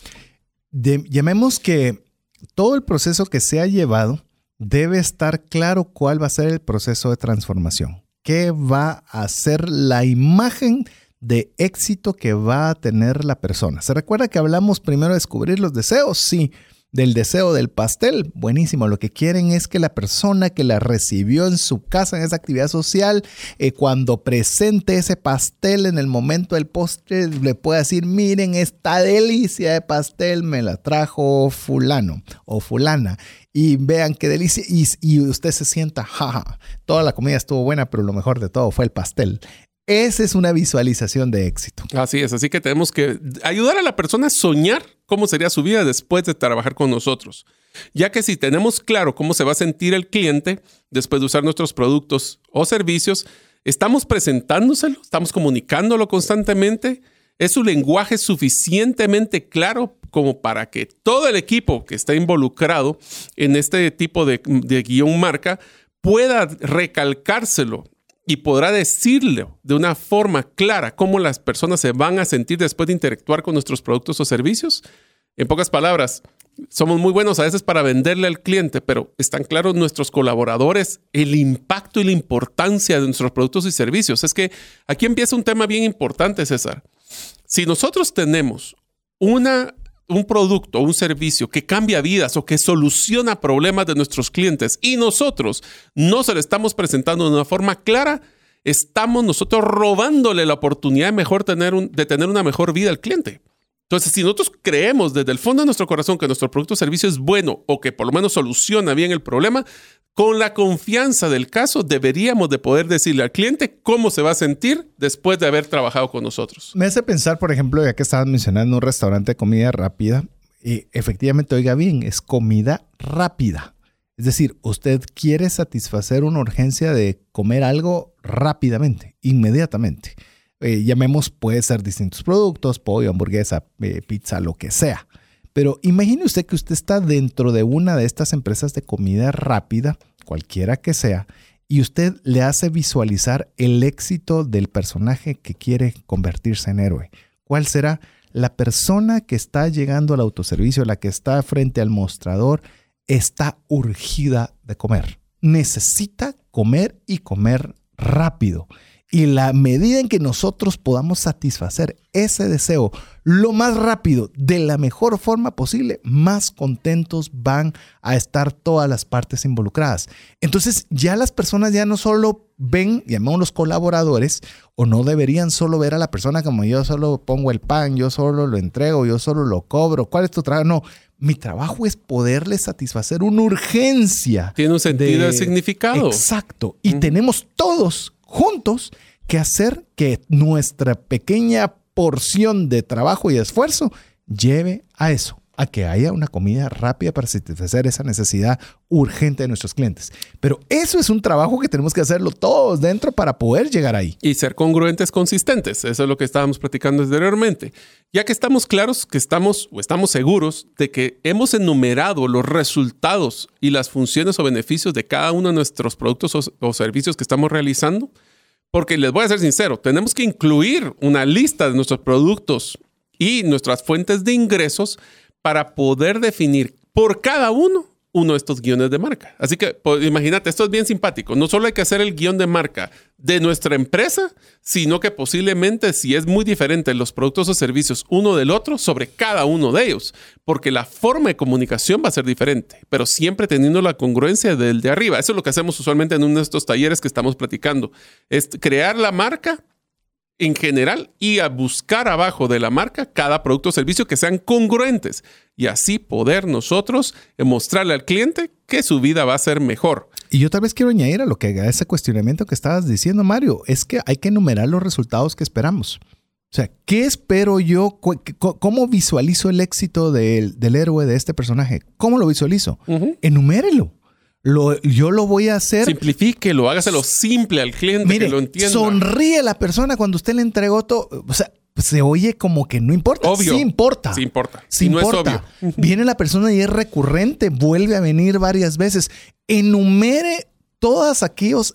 Llamemos que todo el proceso que se ha llevado debe estar claro cuál va a ser el proceso de transformación. ¿Qué va a ser la imagen de éxito que va a tener la persona? ¿Se recuerda que hablamos primero de descubrir los deseos? Sí. Del deseo del pastel, buenísimo. Lo que quieren es que la persona que la recibió en su casa, en esa actividad social, cuando presente ese pastel en el momento del postre, le pueda decir, miren, esta delicia de pastel me la trajo fulano o fulana. Y vean qué delicia. Y usted se sienta, jaja, toda la comida estuvo buena, pero lo mejor de todo fue el pastel. Esa es una visualización de éxito. Así es, así que tenemos que ayudar a la persona a soñar cómo sería su vida después de trabajar con nosotros. Ya que si tenemos claro cómo se va a sentir el cliente después de usar nuestros productos o servicios, estamos presentándoselo, estamos comunicándolo constantemente, es su lenguaje suficientemente claro como para que todo el equipo que está involucrado en este tipo de guión marca pueda recalcárselo y podrá decirle de una forma clara cómo las personas se van a sentir después de interactuar con nuestros productos o servicios. En pocas palabras, somos muy buenos a veces para venderle al cliente, pero están claros nuestros colaboradores el impacto y la importancia de nuestros productos y servicios. Es que aquí empieza un tema bien importante, César. Si nosotros tenemos un producto o un servicio que cambia vidas o que soluciona problemas de nuestros clientes y nosotros no se lo estamos presentando de una forma clara, estamos nosotros robándole la oportunidad de tener una mejor vida al cliente. Entonces, si nosotros creemos desde el fondo de nuestro corazón que nuestro producto o servicio es bueno o que por lo menos soluciona bien el problema, con la confianza del caso deberíamos de poder decirle al cliente cómo se va a sentir después de haber trabajado con nosotros. Me hace pensar, por ejemplo, ya que estabas mencionando un restaurante de comida rápida, y efectivamente, oiga bien, es comida rápida. Es decir, usted quiere satisfacer una urgencia de comer algo rápidamente, inmediatamente. Llamemos, puede ser distintos productos, pollo, hamburguesa, pizza, lo que sea. Pero imagine usted que usted está dentro de una de estas empresas de comida rápida, cualquiera que sea, y usted le hace visualizar el éxito del personaje que quiere convertirse en héroe. ¿Cuál será? La persona que está llegando al autoservicio, la que está frente al mostrador, está urgida de comer. Necesita comer y comer rápido. Y la medida en que nosotros podamos satisfacer ese deseo lo más rápido, de la mejor forma posible, más contentos van a estar todas las partes involucradas. Entonces ya las personas ya no solo ven, llamamos los colaboradores, o no deberían solo ver a la persona como yo solo pongo el pan, yo solo lo entrego, yo solo lo cobro. ¿Cuál es tu trabajo? No, mi trabajo es poderle satisfacer una urgencia. Tiene un sentido de significado. Exacto. Y tenemos todos juntos que hacer que nuestra pequeña porción de trabajo y esfuerzo lleve a eso, a que haya una comida rápida para satisfacer esa necesidad urgente de nuestros clientes. Pero eso es un trabajo que tenemos que hacerlo todos dentro para poder llegar ahí. Y ser congruentes, consistentes. Eso es lo que estábamos platicando anteriormente. Ya que estamos claros que estamos seguros de que hemos enumerado los resultados y las funciones o beneficios de cada uno de nuestros productos o servicios que estamos realizando. Porque les voy a ser sincero, tenemos que incluir una lista de nuestros productos y nuestras fuentes de ingresos para poder definir por cada uno de estos guiones de marca. Así que pues, imagínate, esto es bien simpático. No solo hay que hacer el guión de marca de nuestra empresa, sino que posiblemente si es muy diferente los productos o servicios uno del otro sobre cada uno de ellos, porque la forma de comunicación va a ser diferente, pero siempre teniendo la congruencia del de arriba. Eso es lo que hacemos usualmente en uno de estos talleres que estamos platicando. Es crear la marca en general y a buscar abajo de la marca cada producto o servicio que sean congruentes y así poder nosotros mostrarle al cliente que su vida va a ser mejor. Y yo tal vez quiero añadir a ese cuestionamiento que estabas diciendo, Mario, es que hay que enumerar los resultados que esperamos. O sea, ¿qué espero yo? ¿Cómo visualizo el éxito del héroe de este personaje? ¿Cómo lo visualizo? Enumérelo. Yo lo voy a hacer. Simplifíquelo, hágaselo simple al cliente. Mire, que lo entienda. Sonríe la persona cuando usted le entregó todo. O sea, se oye como que no importa. Obvio. Sí importa. Sí importa. Sí importa. No es obvio. Viene la persona y es recurrente, vuelve a venir varias veces. Enumere todas aquellas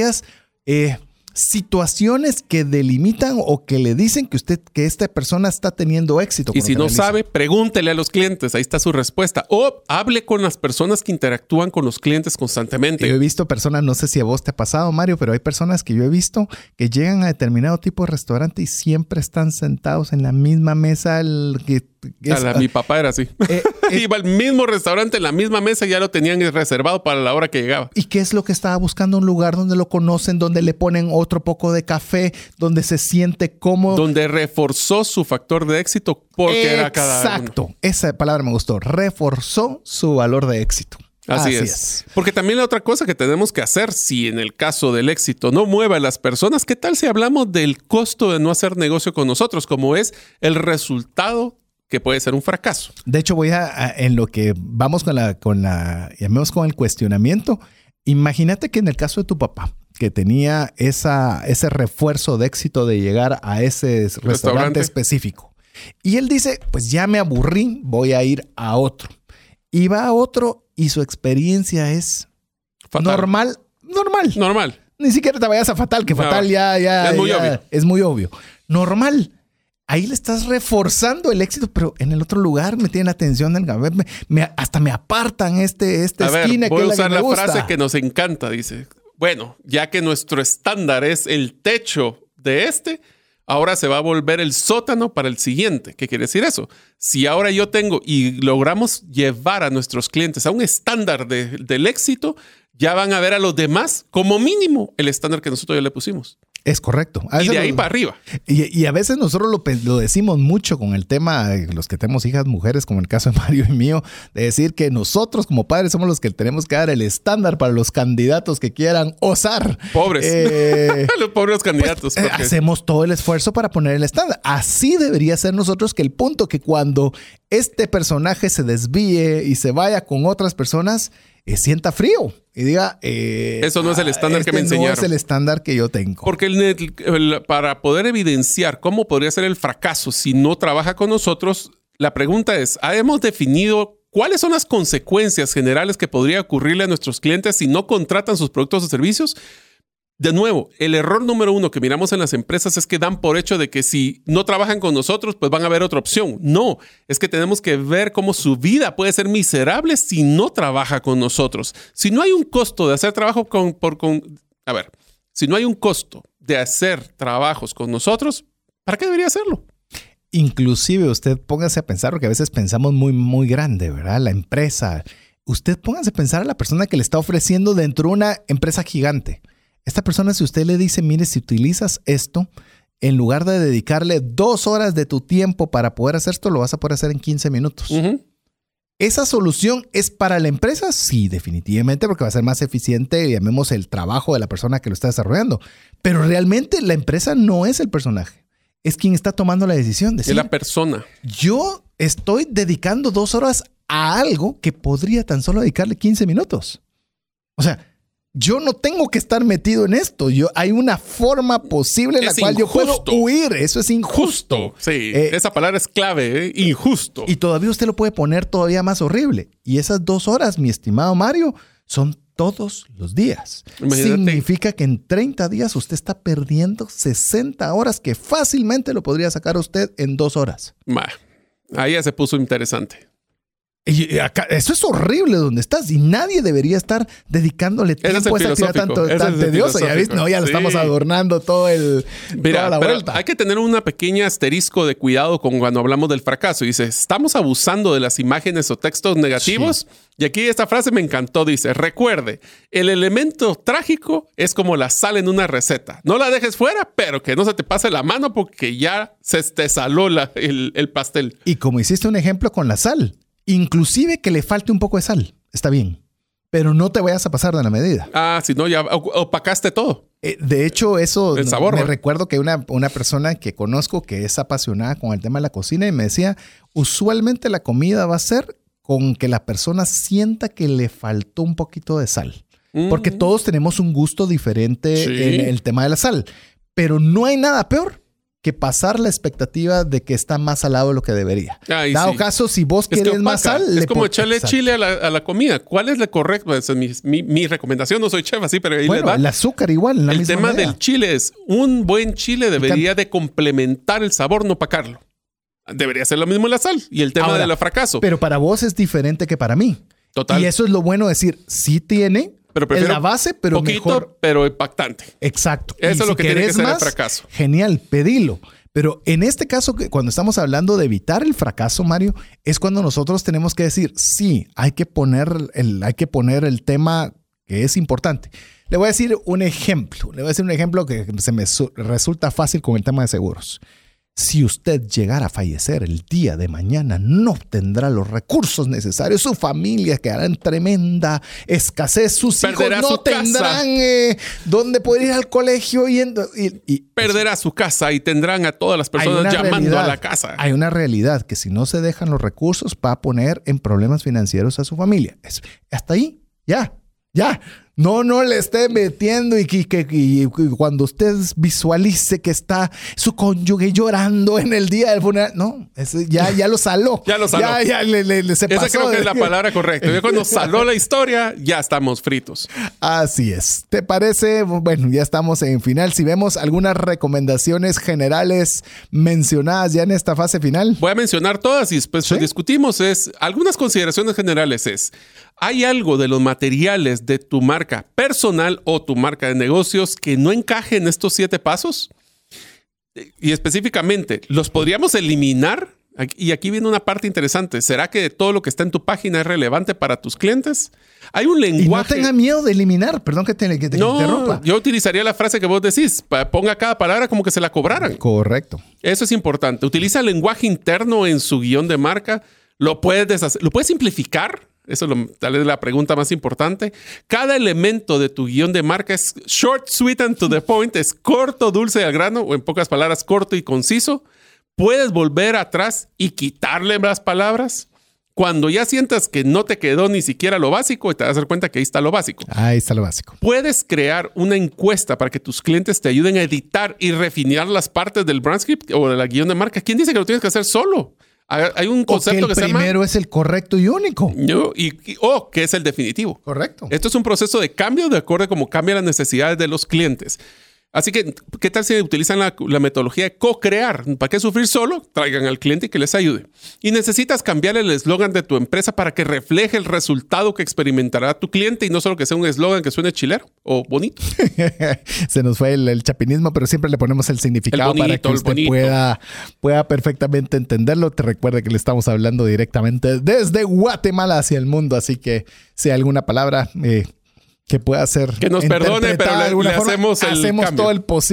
situaciones que delimitan o que le dicen que esta persona está teniendo éxito. Y si no sabe, pregúntele a los clientes. Ahí está su respuesta. O hable con las personas que interactúan con los clientes constantemente. Yo he visto personas, no sé si a vos te ha pasado, Mario, pero hay personas que yo he visto que llegan a determinado tipo de restaurante y siempre están sentados en la misma mesa. Mi papá era así. Iba al mismo restaurante, en la misma mesa, y ya lo tenían reservado para la hora que llegaba. ¿Y qué es lo que estaba buscando? Un lugar donde lo conocen, donde le ponen otro poco de café, donde se siente cómodo. Donde reforzó su factor de éxito porque era cada uno. Exacto. Esa palabra me gustó. Reforzó su valor de éxito. Así es. Porque también la otra cosa que tenemos que hacer, si en el caso del éxito no mueve a las personas, ¿qué tal si hablamos del costo de no hacer negocio con nosotros? Como es el resultado que puede ser un fracaso. De hecho, en lo que vamos llamemos con el cuestionamiento. Imagínate que en el caso de tu papá, que tenía ese refuerzo de éxito de llegar a ese restaurante específico. Y él dice, pues ya me aburrí, voy a ir a otro. Y va a otro y su experiencia es fatal. Normal. Ni siquiera te vayas a fatal, que fatal ya es muy obvio. Normal. Ahí le estás reforzando el éxito, pero en el otro lugar me tienen atención. Hasta me apartan esta esquina. Voy a usar la frase que nos encanta. Dice, bueno, ya que nuestro estándar es el techo de ahora se va a volver el sótano para el siguiente. ¿Qué quiere decir eso? Si ahora yo tengo y logramos llevar a nuestros clientes a un estándar del éxito, ya van a ver a los demás como mínimo el estándar que nosotros ya le pusimos. Es correcto. Y de ahí para arriba. Y a veces nosotros lo decimos mucho con el tema de los que tenemos hijas mujeres, como el caso de Mario y mío, de decir que nosotros como padres somos los que tenemos que dar el estándar para los candidatos que quieran osar. Pobres. Los pobres candidatos. Pues, hacemos todo el esfuerzo para poner el estándar. Así debería ser nosotros, que el punto que cuando este personaje se desvíe y se vaya con otras personas, sienta frío y diga, eso no es el estándar que me enseñaron. No es el estándar que yo tengo. Porque para poder evidenciar cómo podría ser el fracaso si no trabaja con nosotros, la pregunta es, ¿hemos definido cuáles son las consecuencias generales que podría ocurrirle a nuestros clientes si no contratan sus productos o servicios? De nuevo, el error número 1 que miramos en las empresas es que dan por hecho de que si no trabajan con nosotros, pues van a ver otra opción. No, es que tenemos que ver cómo su vida puede ser miserable si no trabaja con nosotros. Si no hay un costo de hacer trabajo si no hay un costo de hacer trabajos con nosotros, ¿para qué debería hacerlo? Inclusive usted póngase a pensar, porque a veces pensamos muy, muy grande, ¿verdad? La empresa. Usted póngase a pensar a la persona que le está ofreciendo dentro de una empresa gigante. Esta persona, si usted le dice, mire, si utilizas esto, en lugar de dedicarle 2 horas de tu tiempo para poder hacer esto, lo vas a poder hacer en 15 minutos. Uh-huh. ¿Esa solución es para la empresa? Sí, definitivamente, porque va a ser más eficiente, llamemos el trabajo de la persona que lo está desarrollando. Pero realmente la empresa no es el personaje. Es quien está tomando la decisión. De decir, es la persona. Yo estoy dedicando 2 horas a algo que podría tan solo dedicarle 15 minutos. O sea, yo no tengo que estar metido en esto. Hay una forma posible en la cual yo puedo huir. Eso es injusto. Sí, esa palabra es clave, injusto. Y todavía usted lo puede poner todavía más horrible. Y esas 2 horas, mi estimado Mario, son todos los días. Imagínate. Significa que en 30 días usted está perdiendo 60 horas que fácilmente lo podría sacar usted en 2 horas. Ahí ya se puso interesante. Y acá, eso es horrible donde estás y nadie debería estar dedicándole tiempo a esa actividad tan tediosa. Ya ves, lo estamos adornando toda la vuelta. Hay que tener una pequeña asterisco de cuidado con cuando hablamos del fracaso. Dice, estamos abusando de las imágenes o textos negativos. Sí. Y aquí esta frase me encantó. Dice, recuerde, el elemento trágico es como la sal en una receta. No la dejes fuera, pero que no se te pase la mano porque ya se te saló el pastel. Y como hiciste un ejemplo con la sal, inclusive que le falte un poco de sal, está bien, pero no te vayas a pasar de la medida. Si no, ya opacaste todo. De hecho, eso el sabor, me recuerdo que una persona que conozco que es apasionada con el tema de la cocina y me decía, usualmente la comida va a ser con que la persona sienta que le faltó un poquito de sal. Porque todos tenemos un gusto diferente en el tema de la sal, pero no hay nada peor que pasar la expectativa de que está más salado de lo que debería. Dado caso, si vos querés más sal... Es como echarle chile a la comida. ¿Cuál es la correcta? Esa es mi recomendación. No soy chef así, pero ahí les va. El azúcar igual. El tema del chile es, un buen chile debería de complementar el sabor, no opacarlo. Debería ser lo mismo la sal. Y el tema del fracaso. Pero para vos es diferente que para mí. Total. Y eso es lo bueno de decir, sí tiene... Pero en la base, pero poquito, mejor. Pero impactante. Exacto. Eso es lo que tiene que ser el fracaso. Genial, pedilo. Pero en este caso, cuando estamos hablando de evitar el fracaso, Mario, es cuando nosotros tenemos que decir, sí, hay que poner el tema que es importante. Le voy a decir un ejemplo. Que se me resulta fácil con el tema de seguros. Si usted llegara a fallecer el día de mañana, no tendrá los recursos necesarios. Su familia quedará en tremenda escasez. Sus hijos no tendrán dónde poder ir al colegio. Perderá su casa y tendrán a todas las personas llamando a la casa. Hay una realidad que si no se dejan los recursos va a poner en problemas financieros a su familia. Hasta ahí, ya. No le esté metiendo y cuando usted visualice que está su cónyuge llorando en el día del funeral. No, ya lo saló. Ya lo saló. Ya se pasó. Esa creo que es la palabra correcta. Ya cuando saló la historia, ya estamos fritos. Así es. ¿Te parece? Bueno, ya estamos en final. Si vemos algunas recomendaciones generales mencionadas ya en esta fase final. Voy a mencionar todas y después discutimos. Algunas consideraciones generales ¿hay algo de los materiales de tu marca personal o tu marca de negocios que no encaje en estos 7 pasos? Y específicamente, ¿los podríamos eliminar? Y aquí viene una parte interesante. ¿Será que todo lo que está en tu página es relevante para tus clientes? Hay un lenguaje... Y no tenga miedo de eliminar. Perdón que te interrumpa. Yo utilizaría la frase que vos decís. Ponga cada palabra como que se la cobraran. Correcto. Eso es importante. Utiliza el lenguaje interno en su guión de marca. Lo puedes simplificar. Eso es tal vez la pregunta más importante. Cada elemento de tu guión de marca es short, sweet and to the point. Es corto, dulce y al grano. O en pocas palabras, corto y conciso. Puedes volver atrás y quitarle las palabras. Cuando ya sientas que no te quedó ni siquiera lo básico, y te vas a dar cuenta que ahí está lo básico. Ahí está lo básico. Puedes crear una encuesta para que tus clientes te ayuden a editar y refinar las partes del brand script o de la guión de marca. ¿Quién dice que lo tienes que hacer solo? Hay un concepto que se llama... el primero es el correcto y único. No, que es el definitivo. Correcto. Esto es un proceso de cambio de acuerdo a cómo cambian las necesidades de los clientes. Así que, ¿qué tal si utilizan la metodología de co-crear? ¿Para qué sufrir solo? Traigan al cliente y que les ayude. Y necesitas cambiar el eslogan de tu empresa para que refleje el resultado que experimentará tu cliente y no solo que sea un eslogan que suene chilero o bonito. Se nos fue el chapinismo, pero siempre le ponemos el significado para que usted pueda perfectamente entenderlo. Te recuerda que le estamos hablando directamente desde Guatemala hacia el mundo, así que si hay alguna palabra... que pueda ser que nos perdone, pero le hacemos cambio. todo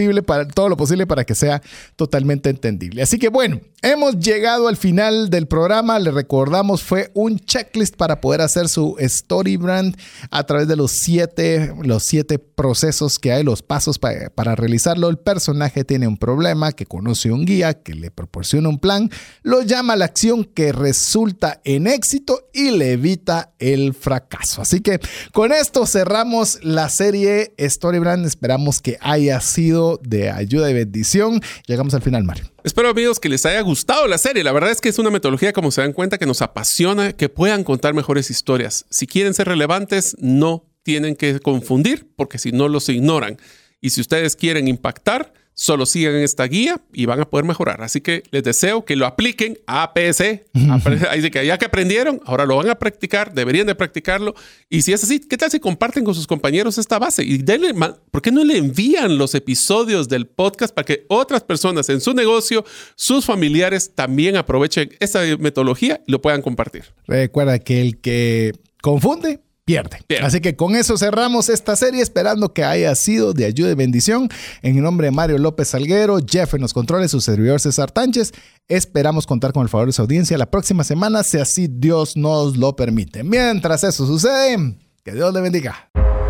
lo posible para que sea totalmente entendible. Así que bueno, hemos llegado al final del programa. Le recordamos, fue un checklist para poder hacer su story brand a través de los siete procesos que hay, los pasos para realizarlo. El personaje tiene un problema, que conoce un guía, que le proporciona un plan, lo llama a la acción que resulta en éxito y le evita el fracaso. Así que con esto cerramos la serie Story Brand. Esperamos que haya sido de ayuda y bendición. Llegamos al final, Mario. Espero, amigos, que les haya gustado la serie. La verdad es que es una metodología, como se dan cuenta, que nos apasiona, que puedan contar mejores historias. Si quieren ser relevantes, no tienen que confundir, porque si no, los ignoran. Y si ustedes quieren impactar, solo sigan esta guía y van a poder mejorar. Así que les deseo que lo apliquen a APS. Así que ya que aprendieron, ahora lo van a practicar, deberían de practicarlo. Y si es así, ¿qué tal si comparten con sus compañeros esta base? Y ¿por qué no le envían los episodios del podcast para que otras personas en su negocio, sus familiares, también aprovechen esta metodología y lo puedan compartir? Recuerda que el que confunde, pierde. Así que con eso cerramos esta serie, esperando que haya sido de ayuda y bendición. En el nombre de Mario López Salguero, Jeff en los controles, su servidor César Tánchez, esperamos contar con el favor de su audiencia la próxima semana, si así Dios nos lo permite. Mientras eso sucede, que Dios le bendiga.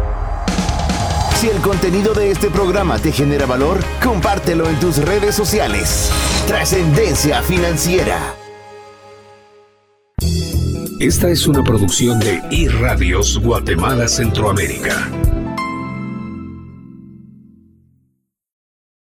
Si el contenido de este programa te genera valor, compártelo en tus redes sociales. Trascendencia Financiera. Esta es una producción de iRadios Guatemala Centroamérica.